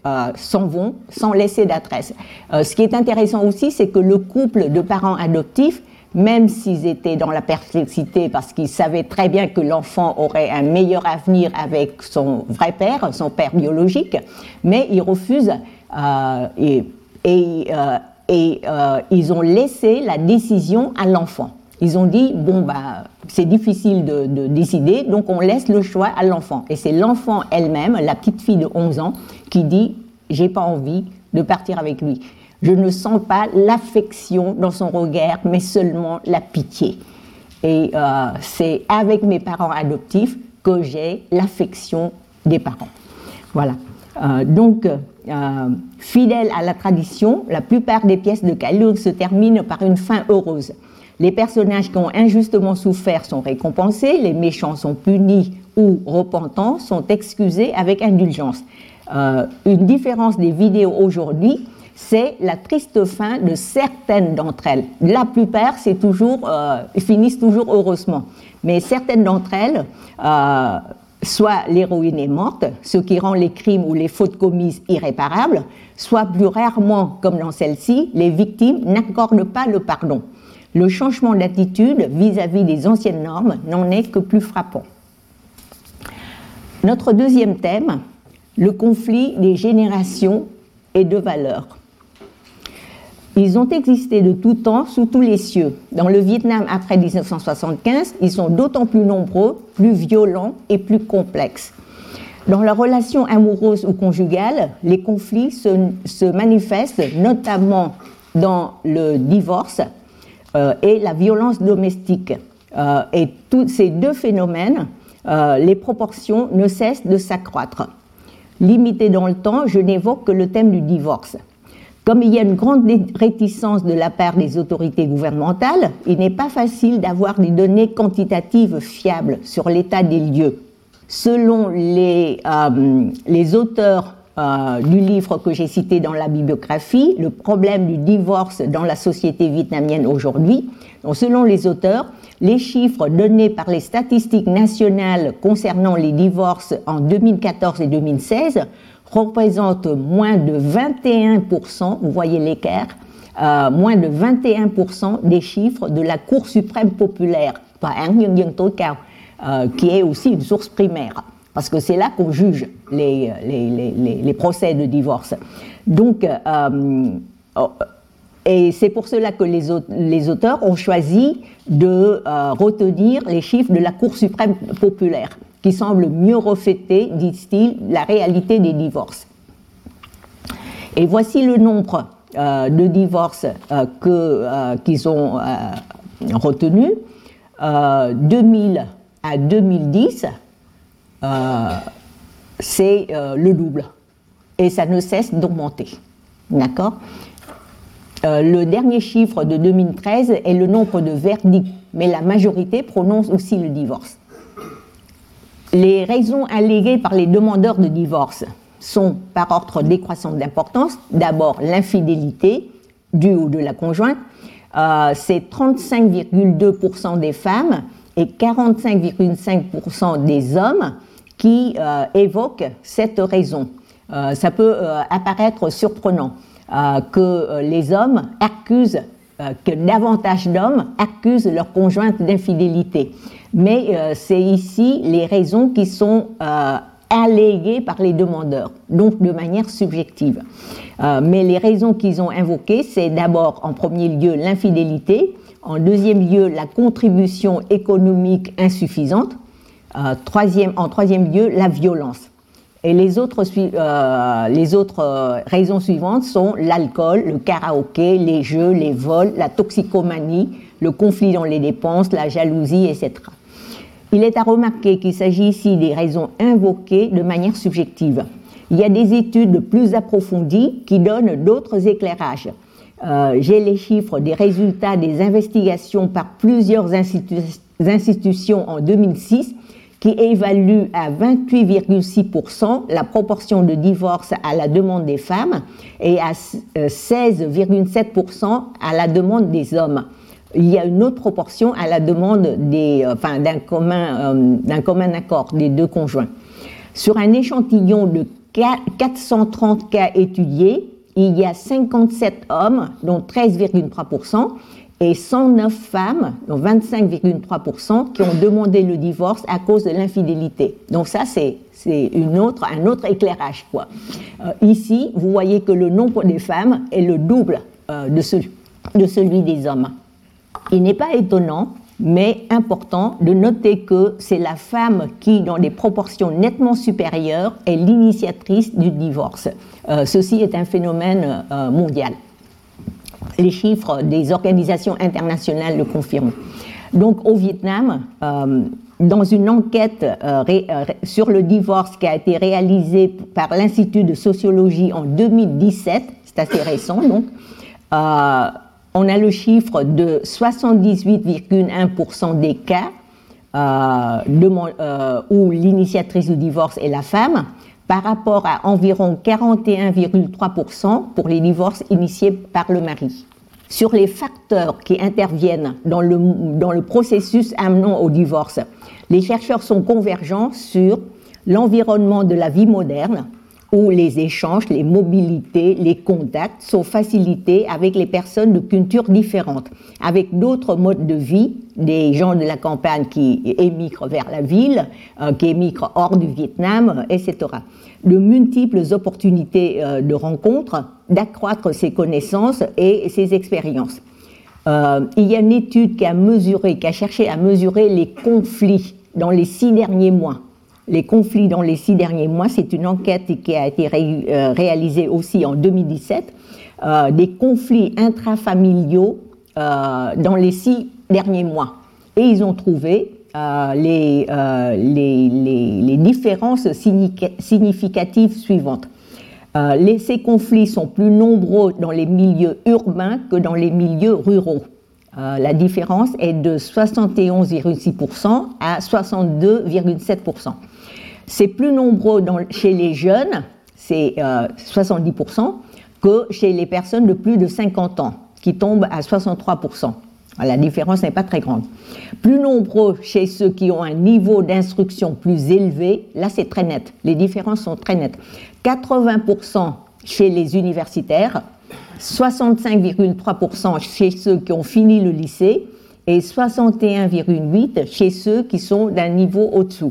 euh, s'en vont sans laisser d'adresse. Euh, ce qui est intéressant aussi, c'est que le couple de parents adoptifs, même s'ils étaient dans la perplexité parce qu'ils savaient très bien que l'enfant aurait un meilleur avenir avec son vrai père, son père biologique, mais ils refusent euh, et, et, euh, et euh, ils ont laissé la décision à l'enfant. Ils ont dit, bon, bah, c'est difficile de, de décider, donc on laisse le choix à l'enfant. Et c'est l'enfant elle-même, la petite fille de onze ans, qui dit, j'ai pas envie de partir avec lui. Je ne sens pas l'affection dans son regard, mais seulement la pitié. Et euh, c'est avec mes parents adoptifs que j'ai l'affection des parents. Voilà. Euh, donc, euh, fidèle à la tradition, la plupart des pièces de Calliope se terminent par une fin heureuse. Les personnages qui ont injustement souffert sont récompensés, les méchants sont punis ou repentants sont excusés avec indulgence. Euh, une différence des vidéos aujourd'hui, c'est la triste fin de certaines d'entre elles. La plupart, c'est toujours, euh, finissent toujours heureusement. Mais certaines d'entre elles, euh, soit l'héroïne est morte, ce qui rend les crimes ou les fautes commises irréparables, soit plus rarement, comme dans celle-ci, les victimes n'accordent pas le pardon. Le changement d'attitude vis-à-vis des anciennes normes n'en est que plus frappant. Notre deuxième thème, le conflit des générations et de valeurs. Ils ont existé de tout temps, sous tous les cieux. Dans le Vietnam après dix-neuf cent soixante-quinze, ils sont d'autant plus nombreux, plus violents et plus complexes. Dans la relation amoureuse ou conjugale, les conflits se, se manifestent notamment dans le divorce euh, et la violence domestique. Euh, et tous ces deux phénomènes, euh, les proportions ne cessent de s'accroître. Limité dans le temps, je n'évoque que le thème du divorce. Comme il y a une grande réticence de la part des autorités gouvernementales, il n'est pas facile d'avoir des données quantitatives fiables sur l'état des lieux. Selon les, euh, les auteurs euh, du livre que j'ai cité dans la bibliographie, le problème du divorce dans la société vietnamienne aujourd'hui, donc selon les auteurs, les chiffres donnés par les statistiques nationales concernant les divorces en deux mille quatorze et deux mille seize représentent moins de vingt et un pour cent, vous voyez l'écart, euh, moins de vingt et un pour cent des chiffres de la Cour suprême populaire, Tòa án Nhân dân tối cao, euh, qui est aussi une source primaire, parce que c'est là qu'on juge les, les, les, les procès de divorce. Donc, euh, et c'est pour cela que les, les auteurs ont choisi de euh, retenir les chiffres de la Cour suprême populaire, qui semble mieux refléter, disent-ils, la réalité des divorces. Et voici le nombre euh, de divorces euh, que, euh, qu'ils ont euh, retenus. Euh, deux mille à deux mille dix, euh, c'est euh, le double. Et ça ne cesse d'augmenter. D'accord ? Euh, le dernier chiffre de deux mille treize est le nombre de verdicts, mais la majorité prononce aussi le divorce. Les raisons alléguées par les demandeurs de divorce sont par ordre décroissant d'importance. D'abord, l'infidélité du ou de la conjointe. Euh, c'est trente-cinq virgule deux pour cent des femmes et quarante-cinq virgule cinq pour cent des hommes qui euh, évoquent cette raison. Euh, ça peut euh, apparaître surprenant euh, que euh, les hommes accusent, euh, que davantage d'hommes accusent leur conjointe d'infidélité. Mais euh, c'est ici les raisons qui sont euh, alléguées par les demandeurs, donc de manière subjective. Euh, mais les raisons qu'ils ont invoquées, c'est d'abord en premier lieu l'infidélité, en deuxième lieu la contribution économique insuffisante, euh, troisième, en troisième lieu la violence. Et les autres, euh, les autres euh, raisons suivantes sont l'alcool, le karaoké, les jeux, les vols, la toxicomanie, le conflit dans les dépenses, la jalousie, et cetera. Il est à remarquer qu'il s'agit ici des raisons invoquées de manière subjective. Il y a des études plus approfondies qui donnent d'autres éclairages. Euh, j'ai les chiffres des résultats des investigations par plusieurs institu- institutions en deux mille six qui évaluent à vingt-huit virgule six pour cent la proportion de divorces à la demande des femmes et à seize virgule sept pour cent à la demande des hommes. Il y a une autre proportion à la demande des, enfin, d'un, commun, euh, d'un commun accord des deux conjoints. Sur un échantillon de quatre cent trente cas étudiés, il y a cinquante-sept hommes, dont treize virgule trois pour cent, et cent neuf femmes, dont vingt-cinq virgule trois pour cent, qui ont demandé le divorce à cause de l'infidélité. Donc ça, c'est, c'est une autre, un autre éclairage, quoi. Euh, ici, vous voyez que le nombre des femmes est le double euh, de, celui, de celui des hommes. Il n'est pas étonnant, mais important, de noter que c'est la femme qui, dans des proportions nettement supérieures, est l'initiatrice du divorce. Euh, ceci est un phénomène euh, mondial. Les chiffres des organisations internationales le confirment. Donc au Vietnam, euh, dans une enquête euh, ré, euh, sur le divorce qui a été réalisée par l'Institut de sociologie en deux mille dix-sept, c'est assez récent donc, euh, on a le chiffre de soixante-dix-huit virgule un pour cent des cas euh, de, euh, où l'initiatrice du divorce est la femme, par rapport à environ quarante et un virgule trois pour cent pour les divorces initiés par le mari. Sur les facteurs qui interviennent dans le, dans le processus amenant au divorce, les chercheurs sont convergents sur l'environnement de la vie moderne, où les échanges, les mobilités, les contacts sont facilités avec les personnes de cultures différentes, avec d'autres modes de vie, des gens de la campagne qui émigrent vers la ville, euh, qui émigrent hors du Vietnam, et cetera. De multiples opportunités euh, de rencontres, d'accroître ses connaissances et ses expériences. Euh, il y a une étude qui a mesuré, qui a cherché à mesurer les conflits dans les six derniers mois. Les conflits dans les six derniers mois, c'est une enquête qui a été ré, euh, réalisée aussi en deux mille dix-sept, euh, des conflits intrafamiliaux euh, dans les six derniers mois. Et ils ont trouvé euh, les, euh, les, les, les différences significatives suivantes. Euh, les, ces conflits sont plus nombreux dans les milieux urbains que dans les milieux ruraux. Euh, la différence est de soixante et onze virgule six pour cent à soixante-deux virgule sept pour cent. C'est plus nombreux dans, chez les jeunes, c'est euh, soixante-dix pour cent, que chez les personnes de plus de cinquante ans, qui tombent à soixante-trois pour cent. La différence n'est pas très grande. Plus nombreux chez ceux qui ont un niveau d'instruction plus élevé, là c'est très net, les différences sont très nettes. quatre-vingts pour cent chez les universitaires, soixante-cinq virgule trois pour cent chez ceux qui ont fini le lycée et soixante et un virgule huit pour cent chez ceux qui sont d'un niveau au-dessous.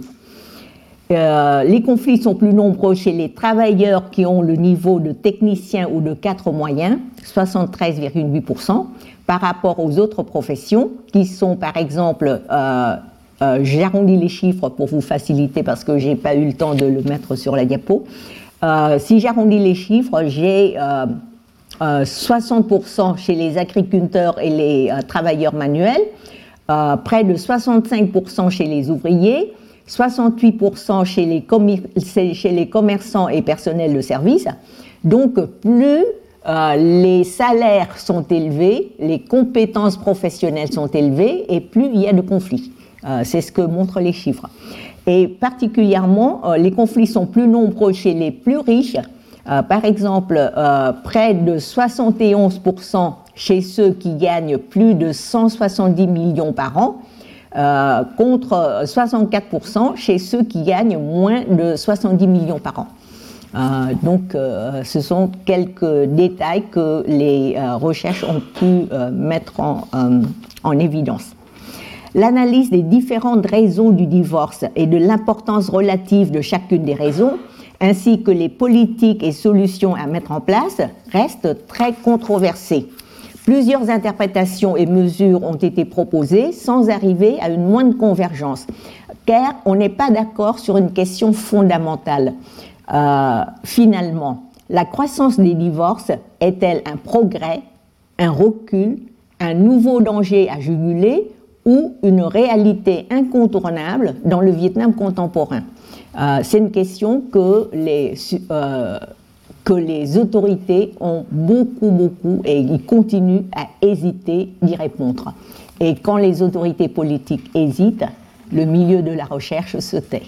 Euh, les conflits sont plus nombreux chez les travailleurs qui ont le niveau de technicien ou de cadre moyen, soixante-treize virgule huit pour cent, par rapport aux autres professions qui sont par exemple, euh, euh, j'arrondis les chiffres pour vous faciliter parce que je n'ai pas eu le temps de le mettre sur la diapo. Euh, si j'arrondis les chiffres, j'ai euh, euh, soixante pour cent chez les agriculteurs et les euh, travailleurs manuels, euh, près de soixante-cinq pour cent chez les ouvriers, soixante-huit pour cent chez les, chez les commerçants et personnels de service. Donc, plus euh, les salaires sont élevés, les compétences professionnelles sont élevées et plus il y a de conflits. Euh, c'est ce que montrent les chiffres. Et particulièrement, euh, les conflits sont plus nombreux chez les plus riches. Euh, par exemple, euh, près de soixante et onze pour cent chez ceux qui gagnent plus de cent soixante-dix millions par an, Euh, contre soixante-quatre pour cent chez ceux qui gagnent moins de soixante-dix millions par an. Euh, donc, euh, ce sont quelques détails que les euh, recherches ont pu euh, mettre en, euh, en évidence. L'analyse des différentes raisons du divorce et de l'importance relative de chacune des raisons, ainsi que les politiques et solutions à mettre en place, reste très controversée. Plusieurs interprétations et mesures ont été proposées sans arriver à une moindre convergence, car on n'est pas d'accord sur une question fondamentale. Euh, finalement, la croissance des divorces est-elle un progrès, un recul, un nouveau danger à juguler ou une réalité incontournable dans le Vietnam contemporain? Euh, c'est une question que les... Euh, que les autorités ont beaucoup, beaucoup, et ils continuent à hésiter d'y répondre. Et quand les autorités politiques hésitent, le milieu de la recherche se tait.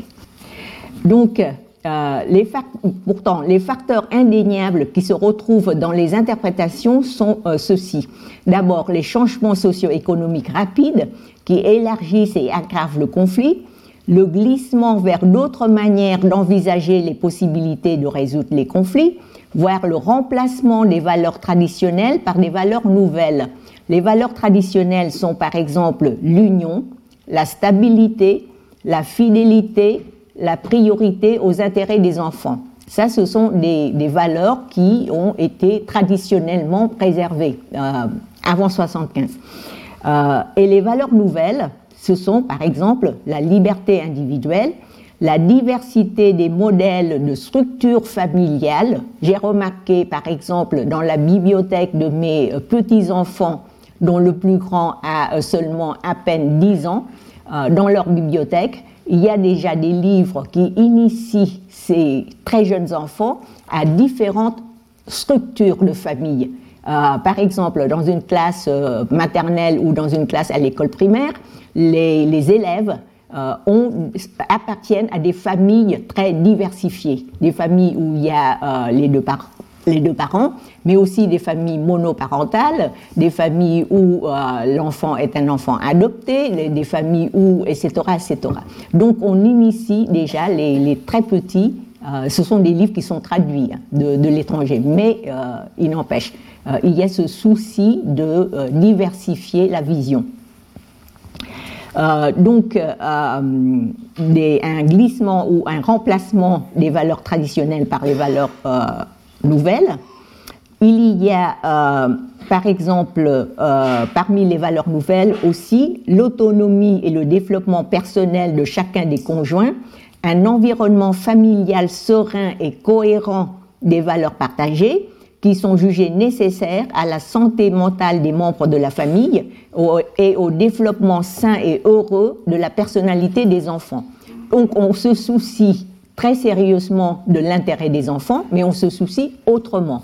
Donc, euh, les fact- pourtant, les facteurs indéniables qui se retrouvent dans les interprétations sont euh, ceux-ci. D'abord, les changements socio-économiques rapides qui élargissent et aggravent le conflit, le glissement vers d'autres manières d'envisager les possibilités de résoudre les conflits, voire le remplacement des valeurs traditionnelles par des valeurs nouvelles. Les valeurs traditionnelles sont par exemple l'union, la stabilité, la fidélité, la priorité aux intérêts des enfants. Ça, ce sont des, des valeurs qui ont été traditionnellement préservées euh, avant soixante-quinze. Euh, et les valeurs nouvelles, ce sont par exemple la liberté individuelle, la diversité des modèles de structure familiale. J'ai remarqué par exemple dans la bibliothèque de mes petits-enfants, dont le plus grand a seulement à peine dix ans, euh, dans leur bibliothèque, il y a déjà des livres qui initient ces très jeunes enfants à différentes structures de famille. Euh, par exemple, dans une classe euh, maternelle ou dans une classe à l'école primaire, les, les élèves euh, ont, appartiennent à des familles très diversifiées, des familles où il y a euh, les, deux par, les deux parents, mais aussi des familles monoparentales, des familles où euh, l'enfant est un enfant adopté, des familles où, et cetera, et cetera. Donc on initie déjà les, les très petits. Euh, ce sont des livres qui sont traduits hein, de, de l'étranger, mais euh, il n'empêche, euh, il y a ce souci de euh, diversifier la vision. Euh, donc, euh, des, un glissement ou un remplacement des valeurs traditionnelles par les valeurs euh, nouvelles. Il y a, euh, par exemple, euh, parmi les valeurs nouvelles aussi, l'autonomie et le développement personnel de chacun des conjoints, un environnement familial serein et cohérent des valeurs partagées qui sont jugées nécessaires à la santé mentale des membres de la famille et au développement sain et heureux de la personnalité des enfants. Donc on se soucie très sérieusement de l'intérêt des enfants, mais on se soucie autrement.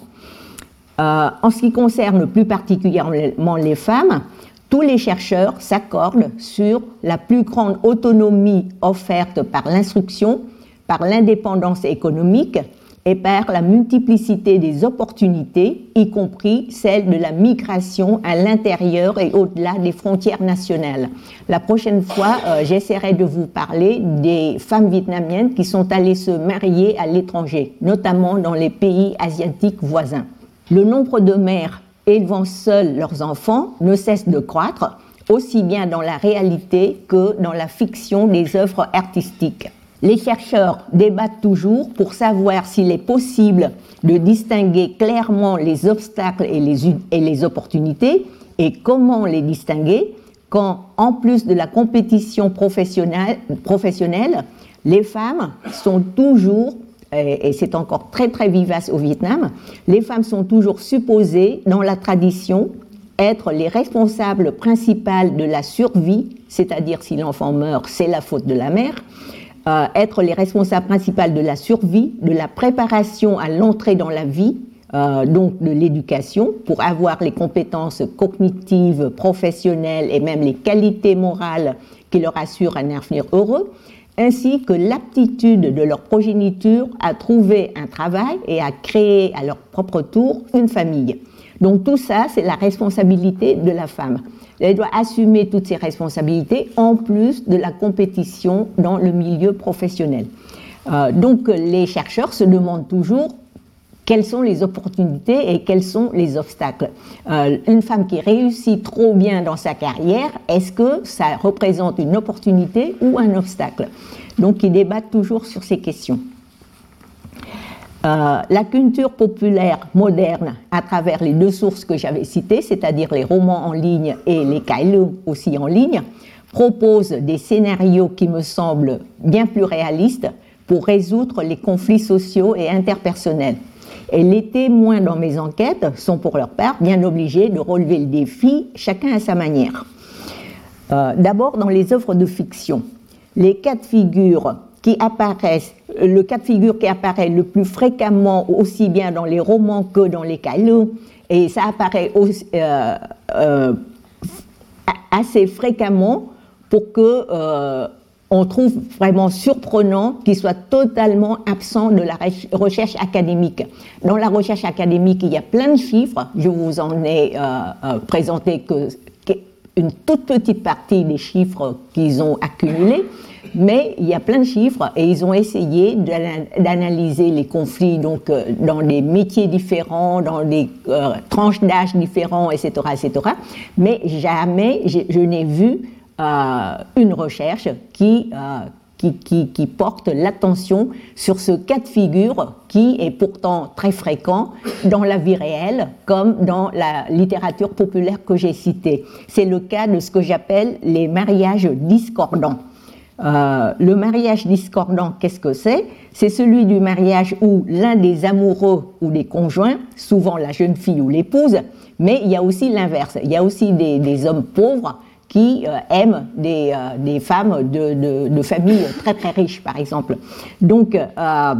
Euh, en ce qui concerne plus particulièrement les femmes, tous les chercheurs s'accordent sur la plus grande autonomie offerte par l'instruction, par l'indépendance économique et par la multiplicité des opportunités, y compris celle de la migration à l'intérieur et au-delà des frontières nationales. La prochaine fois, euh, j'essaierai de vous parler des femmes vietnamiennes qui sont allées se marier à l'étranger, notamment dans les pays asiatiques voisins. Le nombre de mères élevant seules leurs enfants ne cesse de croître, aussi bien dans la réalité que dans la fiction des œuvres artistiques. Les chercheurs débattent toujours pour savoir s'il est possible de distinguer clairement les obstacles et les, et les opportunités et comment les distinguer quand, en plus de la compétition professionnelle, professionnelle les femmes sont toujours, et c'est encore très très vivace au Vietnam, les femmes sont toujours supposées dans la tradition être les responsables principales de la survie, c'est-à-dire si l'enfant meurt, c'est la faute de la mère, Euh, être les responsables principales de la survie, de la préparation à l'entrée dans la vie, euh, donc de l'éducation, pour avoir les compétences cognitives, professionnelles et même les qualités morales qui leur assurent un avenir heureux, ainsi que l'aptitude de leur progéniture à trouver un travail et à créer à leur propre tour une famille. Donc tout ça, c'est la responsabilité de la femme. Elle doit assumer toutes ses responsabilités en plus de la compétition dans le milieu professionnel. Euh, donc les chercheurs se demandent toujours quelles sont les opportunités et quels sont les obstacles. Euh, une femme qui réussit trop bien dans sa carrière, est-ce que ça représente une opportunité ou un obstacle? Donc ils débattent toujours sur ces questions. Euh, la culture populaire moderne, à travers les deux sources que j'avais citées, c'est-à-dire les romans en ligne et les cailloux aussi en ligne, propose des scénarios qui me semblent bien plus réalistes pour résoudre les conflits sociaux et interpersonnels. Et les témoins dans mes enquêtes sont pour leur part bien obligés de relever le défi, chacun à sa manière. Euh, d'abord, dans les œuvres de fiction, les cas de figure qui apparaissent, le cas de figure qui apparaît le plus fréquemment aussi bien dans les romans que dans les cailloux, et ça apparaît aussi, euh, euh, assez fréquemment pour que euh, on trouve vraiment surprenant qu'il soit totalement absent de la recherche académique. Dans la recherche académique, il y a plein de chiffres, je vous en ai euh, euh, présenté que une toute petite partie des chiffres qu'ils ont accumulés, mais il y a plein de chiffres et ils ont essayé d'analyser les conflits donc, euh, dans des métiers différents, dans des euh, tranches d'âge différents, et cetera, et cetera. Mais jamais je, je n'ai vu euh, une recherche qui, euh, qui, qui, qui porte l'attention sur ce cas de figure qui est pourtant très fréquent dans la vie réelle comme dans la littérature populaire que j'ai citée. C'est le cas de ce que j'appelle les mariages discordants. Euh, le mariage discordant, qu'est-ce que c'est? C'est celui du mariage où l'un des amoureux ou des conjoints, souvent la jeune fille ou l'épouse, mais il y a aussi l'inverse, il y a aussi des, des hommes pauvres qui euh, aiment des, euh, des femmes de, de, de familles très très riches, par exemple. Donc, euh,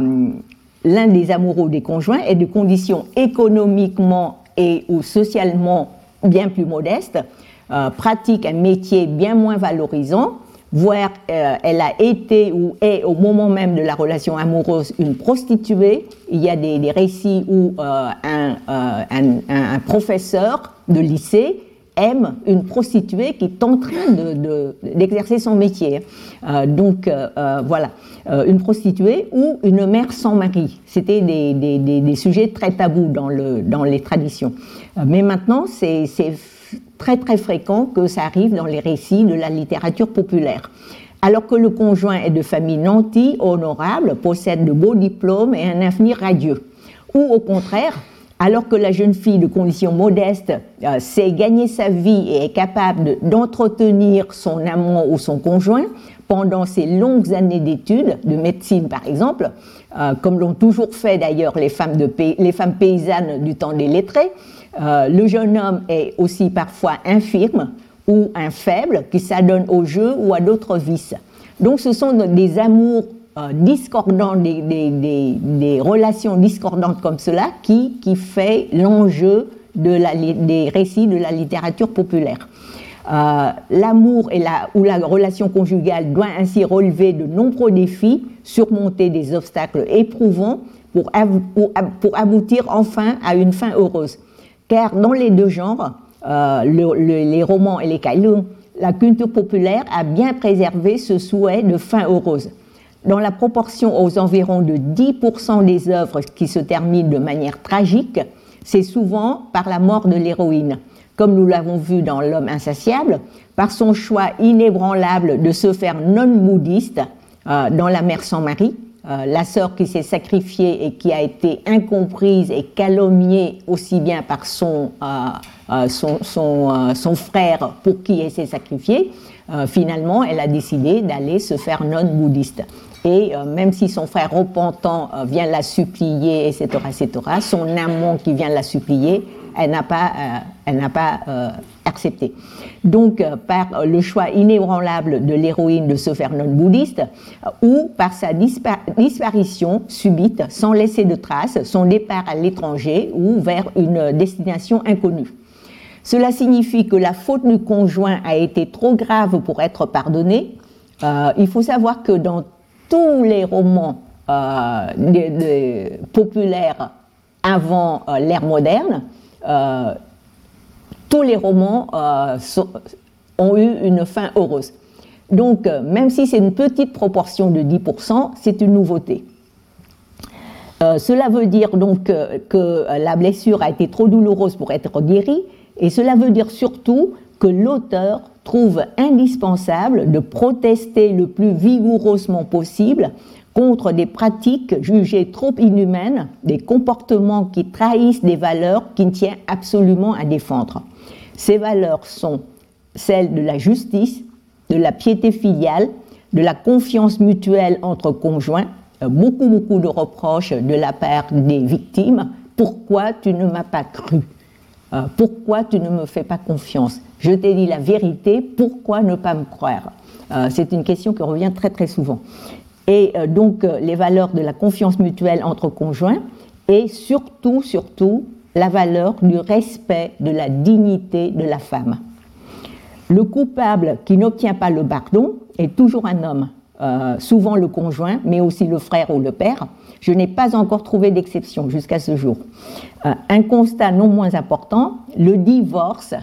l'un des amoureux ou des conjoints est de conditions économiquement et ou socialement bien plus modestes, euh, pratique un métier bien moins valorisant, voire euh, elle a été ou est au moment même de la relation amoureuse une prostituée. Il y a des, des récits où euh, un, euh, un, un professeur de lycée aime une prostituée qui est en train de, de, d'exercer son métier. Euh, donc euh, euh, voilà, euh, une prostituée ou une mère sans mari. C'était des, des, des, des sujets très tabous dans, le, dans les traditions. Euh, mais maintenant, c'est, c'est très très fréquent que ça arrive dans les récits de la littérature populaire. Alors que le conjoint est de famille nantie, honorable, possède de beaux diplômes et un avenir radieux. Ou au contraire, alors que la jeune fille de conditions modestes euh, sait gagner sa vie et est capable de, d'entretenir son amant ou son conjoint pendant ses longues années d'études, de médecine par exemple, euh, comme l'ont toujours fait d'ailleurs les femmes, de pays, les femmes paysannes du temps des lettrés, euh, le jeune homme est aussi parfois infirme ou un faible qui s'adonne au jeu ou à d'autres vices. Donc ce sont des amours Euh, discordants, des, des, des, des relations discordantes comme cela qui, qui fait l'enjeu de la, des récits de la littérature populaire. Euh, l'amour et la, ou la relation conjugale doit ainsi relever de nombreux défis, surmonter des obstacles éprouvants pour, av- pour aboutir enfin à une fin heureuse. Car dans les deux genres, euh, le, le, les romans et les kailung, la culture populaire a bien préservé ce souhait de fin heureuse. Dans la proportion aux environs de dix pour cent des œuvres qui se terminent de manière tragique, c'est souvent par la mort de l'héroïne. Comme nous l'avons vu dans L'homme insatiable, par son choix inébranlable de se faire non-bouddhiste euh, dans La mère sans mari, euh, la sœur qui s'est sacrifiée et qui a été incomprise et calomniée aussi bien par son, euh, euh, son, son, euh, son frère pour qui elle s'est sacrifiée, euh, finalement elle a décidé d'aller se faire non-bouddhiste. Et euh, même si son frère repentant euh, vient la supplier, et cetera, et cetera, son amant qui vient la supplier, elle n'a pas, euh, elle n'a pas euh, accepté. Donc, euh, par le choix inébranlable de l'héroïne de se faire non-bouddhiste, euh, ou par sa dispa- disparition subite, sans laisser de traces, son départ à l'étranger ou vers une destination inconnue. Cela signifie que la faute du conjoint a été trop grave pour être pardonnée. Euh, il faut savoir que dans tous les romans euh, de, de, populaires avant euh, l'ère moderne, euh, tous les romans euh, sont, ont eu une fin heureuse. Donc, euh, même si c'est une petite proportion de dix pour cent, c'est une nouveauté. Euh, cela veut dire donc euh, que la blessure a été trop douloureuse pour être guérie, et cela veut dire surtout que l'auteur trouve indispensable de protester le plus vigoureusement possible contre des pratiques jugées trop inhumaines, des comportements qui trahissent des valeurs qu'il tient absolument à défendre. Ces valeurs sont celles de la justice, de la piété filiale, de la confiance mutuelle entre conjoints, beaucoup, beaucoup de reproches de la part des victimes. Pourquoi tu ne m'as pas cru ? Euh, pourquoi tu ne me fais pas confiance ? Je t'ai dit la vérité, pourquoi ne pas me croire ? euh, C'est une question qui revient très très souvent. Et euh, donc euh, les valeurs de la confiance mutuelle entre conjoints et surtout, surtout, la valeur du respect de la dignité de la femme. Le coupable qui n'obtient pas le pardon est toujours un homme, euh, souvent le conjoint, mais aussi le frère ou le père. Je n'ai pas encore trouvé d'exception jusqu'à ce jour. Euh, un constat non moins important, le divorce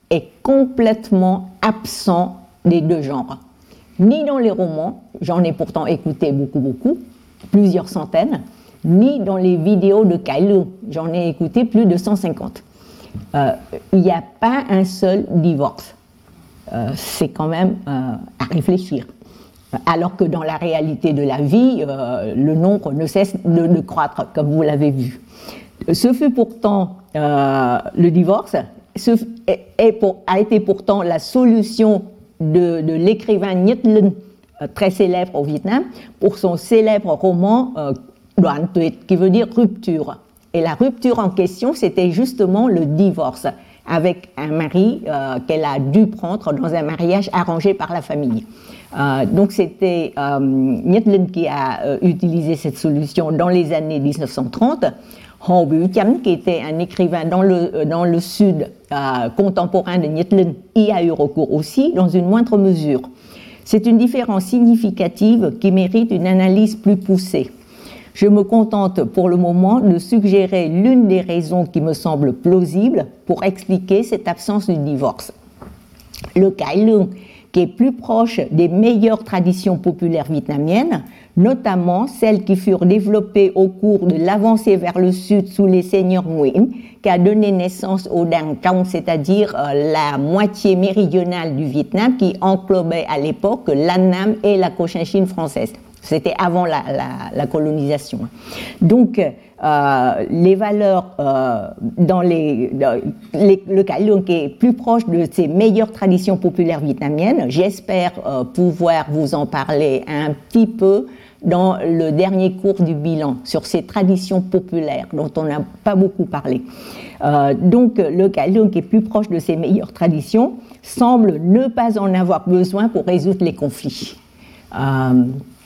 est complètement absent des deux genres. Ni dans les romans, j'en ai pourtant écouté beaucoup, beaucoup, plusieurs centaines, ni dans les vidéos de Cai-Lung, j'en ai écouté plus de cent cinquante. Euh, il n'y a pas un seul divorce. Euh, c'est quand même euh, à réfléchir. Alors que dans la réalité de la vie, euh, le nombre ne cesse de, de croître, comme vous l'avez vu. Ce fut pourtant euh, le divorce, ce, est, est pour, a été pourtant la solution de, de l'écrivain Nhiet Linh, euh, très célèbre au Vietnam, pour son célèbre roman euh, Đoạn Tuyệt, qui veut dire rupture. Et la rupture en question, c'était justement le divorce, avec un mari euh, qu'elle a dû prendre dans un mariage arrangé par la famille. Euh, donc c'était euh, Nhiet Linh qui a euh, utilisé cette solution dans les années dix-neuf cent trente. Hồ Biểu Chánh, qui était un écrivain dans le, dans le sud euh, contemporain de Nhiet Linh, y a eu recours aussi, dans une moindre mesure. C'est une différence significative qui mérite une analyse plus poussée. Je me contente pour le moment de suggérer l'une des raisons qui me semble plausible pour expliquer cette absence du divorce. Le Cai-Lung, qui est plus proche des meilleures traditions populaires vietnamiennes, notamment celles qui furent développées au cours de l'avancée vers le sud sous les seigneurs Nguyen, qui a donné naissance au Đang Trong, c'est-à-dire euh, la moitié méridionale du Vietnam, qui englobait à l'époque l'An Nam et la Cochinchine française. C'était avant la, la, la colonisation. Donc, euh, les valeurs euh, dans les, dans les le Cai-Lung qui est plus proche de ses meilleures traditions populaires vietnamiennes. J'espère euh, pouvoir vous en parler un petit peu dans le dernier cours du bilan sur ces traditions populaires dont on n'a pas beaucoup parlé. Euh, donc, le Cai-Lung qui est plus proche de ses meilleures traditions semble ne pas en avoir besoin pour résoudre les conflits. Euh,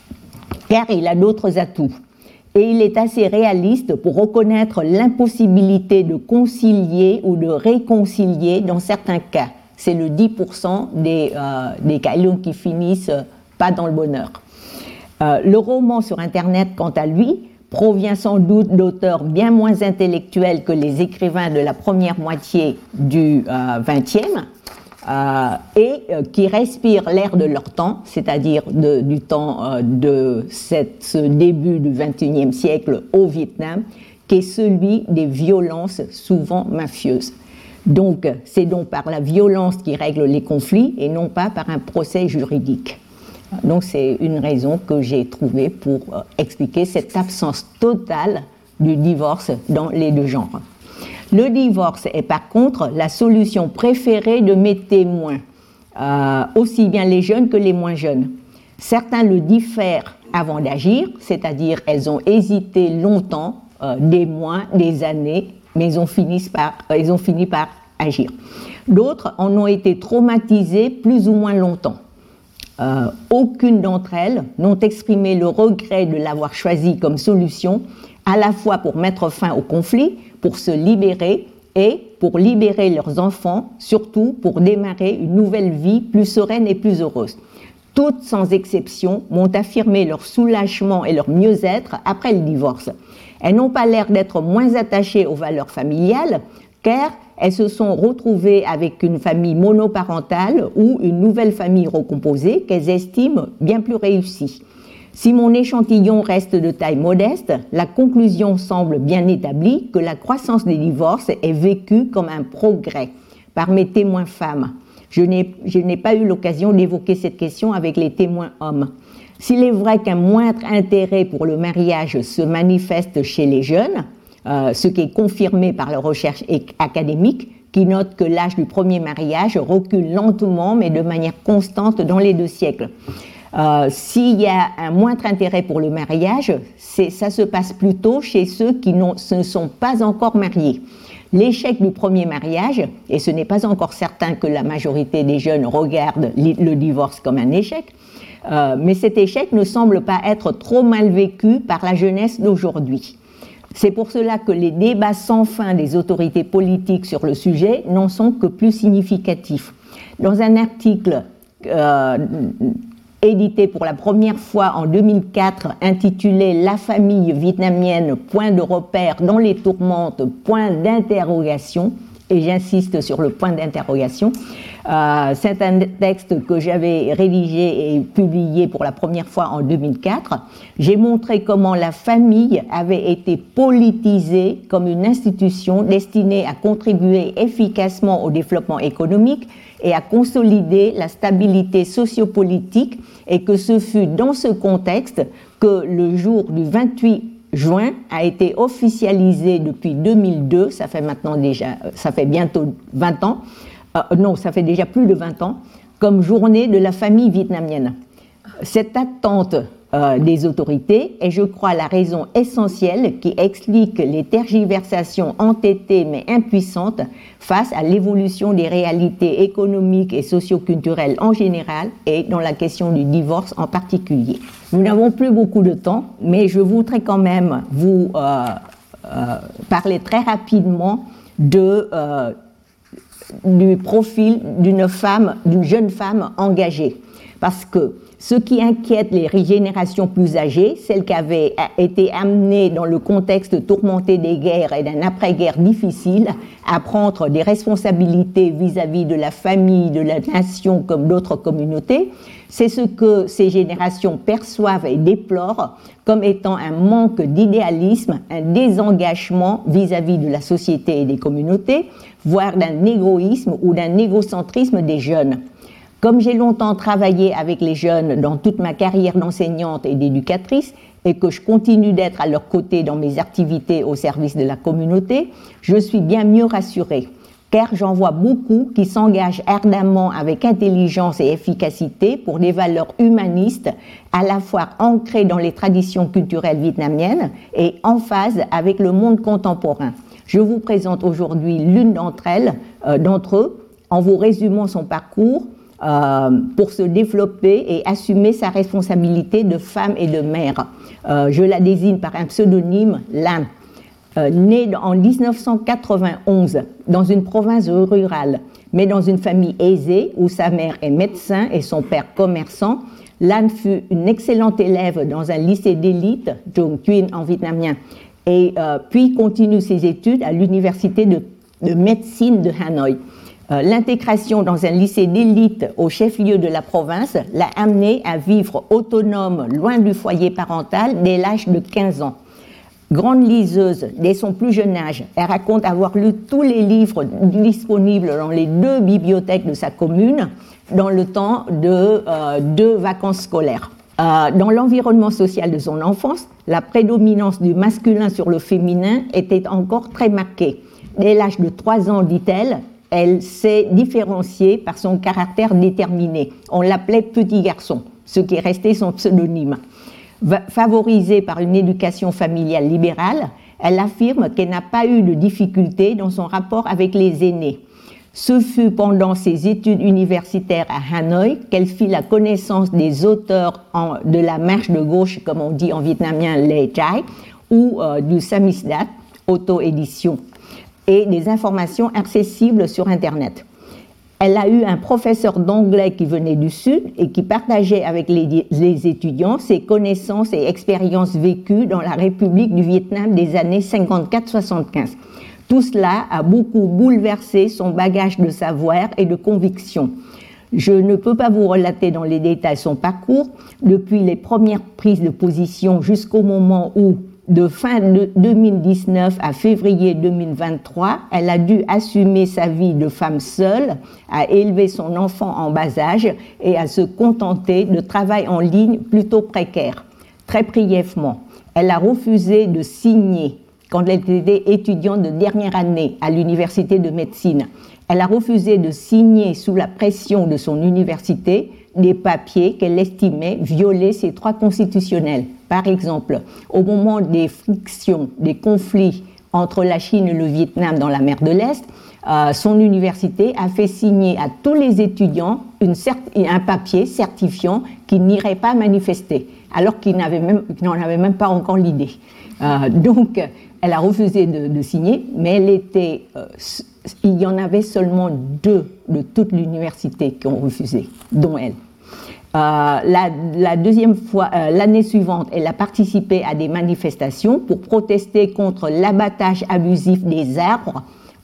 car il a d'autres atouts. Et il est assez réaliste pour reconnaître l'impossibilité de concilier ou de réconcilier dans certains cas. C'est le dix pour cent des, euh, des Cai-Lung qui finissent pas dans le bonheur. Euh, le roman sur Internet, quant à lui, provient sans doute d'auteurs bien moins intellectuels que les écrivains de la première moitié du vingtième, Euh, et euh, qui respirent l'air de leur temps, c'est-à-dire de, du temps euh, de cette, ce début du vingt et unième siècle au Vietnam, qui est celui des violences souvent mafieuses. Donc, c'est donc par la violence qui règle les conflits et non pas par un procès juridique. Donc, c'est une raison que j'ai trouvée pour euh, expliquer cette absence totale du divorce dans les deux genres. Le divorce est par contre la solution préférée de mes témoins, euh, aussi bien les jeunes que les moins jeunes. Certains le diffèrent avant d'agir, c'est-à-dire elles ont hésité longtemps, euh, des mois, des années, mais ils ont fini par, euh, ils ont fini par agir. D'autres en ont été traumatisés plus ou moins longtemps. Euh, aucune d'entre elles n'ont exprimé le regret de l'avoir choisi comme solution, à la fois pour mettre fin au conflit, pour se libérer et pour libérer leurs enfants, surtout pour démarrer une nouvelle vie plus sereine et plus heureuse. Toutes sans exception m'ont affirmé leur soulagement et leur mieux-être après le divorce. Elles n'ont pas l'air d'être moins attachées aux valeurs familiales, car elles se sont retrouvées avec une famille monoparentale ou une nouvelle famille recomposée qu'elles estiment bien plus réussie. Si mon échantillon reste de taille modeste, la conclusion semble bien établie que la croissance des divorces est vécue comme un progrès par mes témoins femmes. Je n'ai, je n'ai pas eu l'occasion d'évoquer cette question avec les témoins hommes. S'il est vrai qu'un moindre intérêt pour le mariage se manifeste chez les jeunes, euh, ce qui est confirmé par la recherche académique, qui note que l'âge du premier mariage recule lentement mais de manière constante dans les deux siècles. Euh, s'il y a un moindre intérêt pour le mariage, c'est, ça se passe plutôt chez ceux qui ne sont pas encore mariés. L'échec du premier mariage, et ce n'est pas encore certain que la majorité des jeunes regardent le divorce comme un échec, euh, mais cet échec ne semble pas être trop mal vécu par la jeunesse d'aujourd'hui. C'est pour cela que les débats sans fin des autorités politiques sur le sujet n'en sont que plus significatifs. Dans un article euh, édité pour la première fois en deux mille quatre, intitulé « La famille vietnamienne, point de repère dans les tourmentes, point d'interrogation », et j'insiste sur le point d'interrogation. Euh, c'est un texte que j'avais rédigé et publié pour la première fois en deux mille quatre. J'ai montré comment la famille avait été politisée comme une institution destinée à contribuer efficacement au développement économique et à consolider la stabilité sociopolitique, et que ce fut dans ce contexte que le jour du vingt-huit juin a été officialisé depuis deux mille deux, ça fait maintenant déjà, ça fait bientôt vingt ans, euh, non, ça fait déjà plus de vingt ans, comme journée de la famille vietnamienne. Cette attente euh, des autorités est, je crois, la raison essentielle qui explique les tergiversations entêtées mais impuissantes face à l'évolution des réalités économiques et socio-culturelles en général et dans la question du divorce en particulier. Nous n'avons plus beaucoup de temps, mais je voudrais quand même vous euh, euh, parler très rapidement de, euh, du profil d'une femme, d'une jeune femme engagée. Parce que ce qui inquiète les générations plus âgées, celles qui avaient été amenées dans le contexte tourmenté des guerres et d'un après-guerre difficile à prendre des responsabilités vis-à-vis de la famille, de la nation comme d'autres communautés, c'est ce que ces générations perçoivent et déplorent comme étant un manque d'idéalisme, un désengagement vis-à-vis de la société et des communautés, voire d'un égoïsme ou d'un égocentrisme des jeunes. Comme j'ai longtemps travaillé avec les jeunes dans toute ma carrière d'enseignante et d'éducatrice, et que je continue d'être à leur côté dans mes activités au service de la communauté, je suis bien mieux rassurée, car j'en vois beaucoup qui s'engagent ardemment avec intelligence et efficacité pour des valeurs humanistes à la fois ancrées dans les traditions culturelles vietnamiennes et en phase avec le monde contemporain. Je vous présente aujourd'hui l'une d'entre elles, euh, d'entre eux, en vous résumant son parcours, Euh, pour se développer et assumer sa responsabilité de femme et de mère. Euh, je la désigne par un pseudonyme, Lan. Euh, née en dix-neuf cent quatre-vingt-onze dans une province rurale, mais dans une famille aisée où sa mère est médecin et son père commerçant, Lan fut une excellente élève dans un lycée d'élite, Trung Chuyên en vietnamien, et euh, puis continue ses études à l'université de, de médecine de Hanoï. Euh, l'intégration dans un lycée d'élite au chef-lieu de la province l'a amenée à vivre autonome, loin du foyer parental, dès l'âge de quinze ans. Grande liseuse dès son plus jeune âge, elle raconte avoir lu tous les livres disponibles dans les deux bibliothèques de sa commune dans le temps de euh, deux vacances scolaires. Euh, dans l'environnement social de son enfance, la prédominance du masculin sur le féminin était encore très marquée. Dès l'âge de trois ans, dit-elle, elle s'est différenciée par son caractère déterminé. On l'appelait petit garçon, ce qui est resté son pseudonyme. Favorisée par une éducation familiale libérale, elle affirme qu'elle n'a pas eu de difficultés dans son rapport avec les aînés. Ce fut pendant ses études universitaires à Hanoï qu'elle fit la connaissance des auteurs en, de la marche de gauche, comme on dit en vietnamien, Lê Trái, ou euh, du Samizdat, auto-édition, et des informations accessibles sur Internet. Elle a eu un professeur d'anglais qui venait du Sud et qui partageait avec les, les étudiants ses connaissances et expériences vécues dans la République du Vietnam des années cinquante-quatre soixante-quinze. Tout cela a beaucoup bouleversé son bagage de savoir et de conviction. Je ne peux pas vous relater dans les détails son parcours, depuis les premières prises de position jusqu'au moment où, de fin deux mille dix-neuf à février deux mille vingt-trois, elle a dû assumer sa vie de femme seule, à élever son enfant en bas âge et à se contenter de travail en ligne plutôt précaire. Très brièvement, elle a refusé de signer, quand elle était étudiante de dernière année à l'université de médecine, elle a refusé de signer sous la pression de son université des papiers qu'elle estimait violer ses droits constitutionnels. Par exemple, au moment des frictions, des conflits entre la Chine et le Vietnam dans la mer de l'Est, euh, son université a fait signer à tous les étudiants une cert- un papier certifiant qu'ils n'iraient pas manifester, alors qu'ils n'avaient même, qu'ils n'en avaient même pas encore l'idée. Euh, donc, elle a refusé de, de signer, mais elle était, euh, il y en avait seulement deux de toute l'université qui ont refusé, dont elle. Euh, la, la deuxième fois, euh, l'année suivante, elle a participé à des manifestations pour protester contre l'abattage abusif des arbres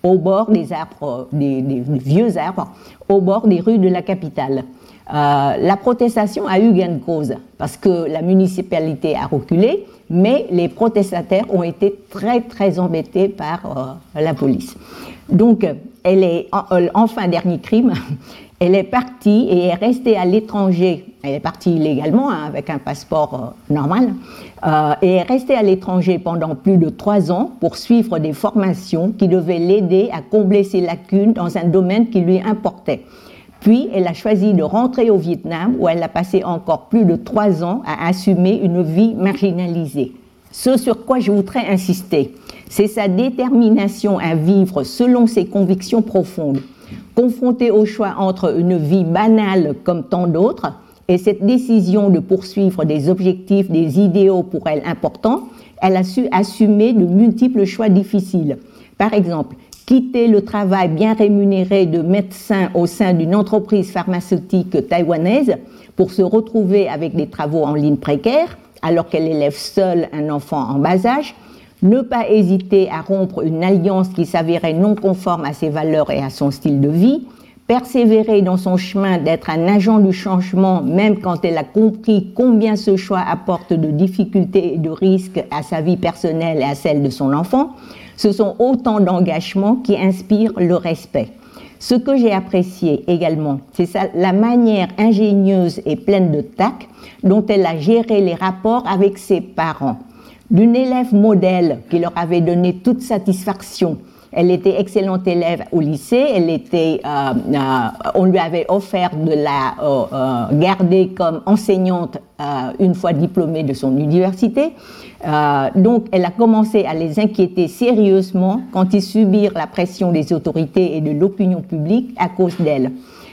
au bord des arbres, des, des vieux arbres, au bord des rues de la capitale. Euh, la protestation a eu gain de cause parce que la municipalité a reculé, mais les protestataires ont été très très embêtés par euh, la police. Donc, elle est euh, enfin dernier crime. Elle est partie et est restée à l'étranger. Elle est partie illégalement hein, avec un passeport euh, normal euh, et est restée à l'étranger pendant plus de trois ans pour suivre des formations qui devaient l'aider à combler ses lacunes dans un domaine qui lui importait. Puis, elle a choisi de rentrer au Vietnam où elle a passé encore plus de trois ans à assumer une vie marginalisée. Ce sur quoi je voudrais insister, c'est sa détermination à vivre selon ses convictions profondes. Confrontée au choix entre une vie banale comme tant d'autres et cette décision de poursuivre des objectifs, des idéaux pour elle importants, elle a su assumer de multiples choix difficiles. Par exemple, quitter le travail bien rémunéré de médecin au sein d'une entreprise pharmaceutique taïwanaise pour se retrouver avec des travaux en ligne précaires, alors qu'elle élève seule un enfant en bas âge, ne pas hésiter à rompre une alliance qui s'avérait non conforme à ses valeurs et à son style de vie, persévérer dans son chemin d'être un agent du changement même quand elle a compris combien ce choix apporte de difficultés et de risques à sa vie personnelle et à celle de son enfant, ce sont autant d'engagements qui inspirent le respect. Ce que j'ai apprécié également, c'est ça, la manière ingénieuse et pleine de tact dont elle a géré les rapports avec ses parents. D'une élève modèle qui leur avait donné toute satisfaction. Elle était excellente élève au lycée, elle était, euh, euh, on lui avait offert de la euh, euh, garder comme enseignante euh, une fois diplômée de son université. Euh, donc elle a commencé à les inquiéter sérieusement quand ils subirent la pression des autorités et de l'opinion publique à cause d'elle.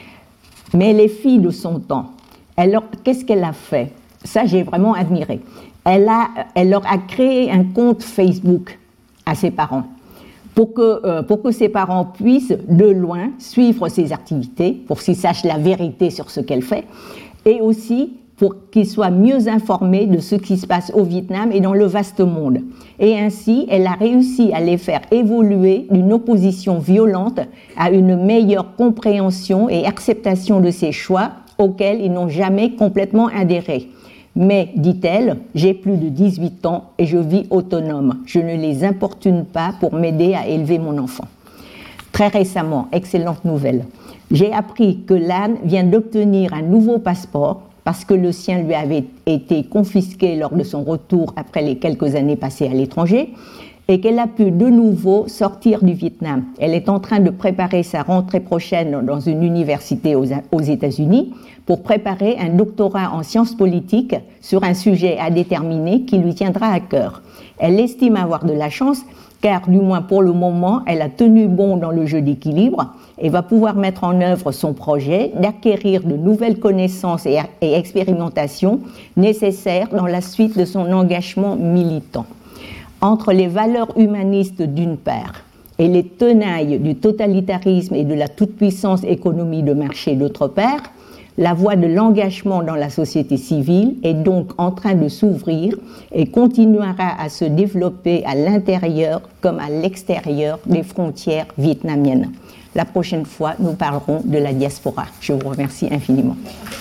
Mais les filles de son temps, alors qu'est-ce qu'elle a fait? Ça, j'ai vraiment admiré. Elle, a, elle leur a créé un compte Facebook à ses parents pour que, euh, pour que ses parents puissent de loin suivre ses activités, pour qu'ils sachent la vérité sur ce qu'elle fait, et aussi pour qu'ils soient mieux informés de ce qui se passe au Vietnam et dans le vaste monde. Et ainsi, elle a réussi à les faire évoluer d'une opposition violente à une meilleure compréhension et acceptation de ses choix auxquels ils n'ont jamais complètement adhéré. Mais, dit-elle, j'ai plus de dix-huit ans et je vis autonome. Je ne les importune pas pour m'aider à élever mon enfant. Très récemment, excellente nouvelle, j'ai appris que Lan vient d'obtenir un nouveau passeport parce que le sien lui avait été confisqué lors de son retour après les quelques années passées à l'étranger et qu'elle a pu de nouveau sortir du Vietnam. Elle est en train de préparer sa rentrée prochaine dans une université aux, aux États-Unis pour préparer un doctorat en sciences politiques sur un sujet à déterminer qui lui tiendra à cœur. Elle estime avoir de la chance car, du moins pour le moment, elle a tenu bon dans le jeu d'équilibre et va pouvoir mettre en œuvre son projet d'acquérir de nouvelles connaissances et, et expérimentations nécessaires dans la suite de son engagement militant. Entre les valeurs humanistes d'une part et les tenailles du totalitarisme et de la toute-puissance économie de marché d'autre part, la voie de l'engagement dans la société civile est donc en train de s'ouvrir et continuera à se développer à l'intérieur comme à l'extérieur des frontières vietnamiennes. La prochaine fois, nous parlerons de la diaspora. Je vous remercie infiniment.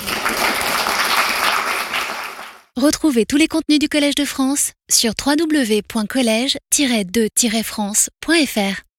Retrouvez tous les contenus du Collège de France sur w w w point collège tiret de tiret france point f r.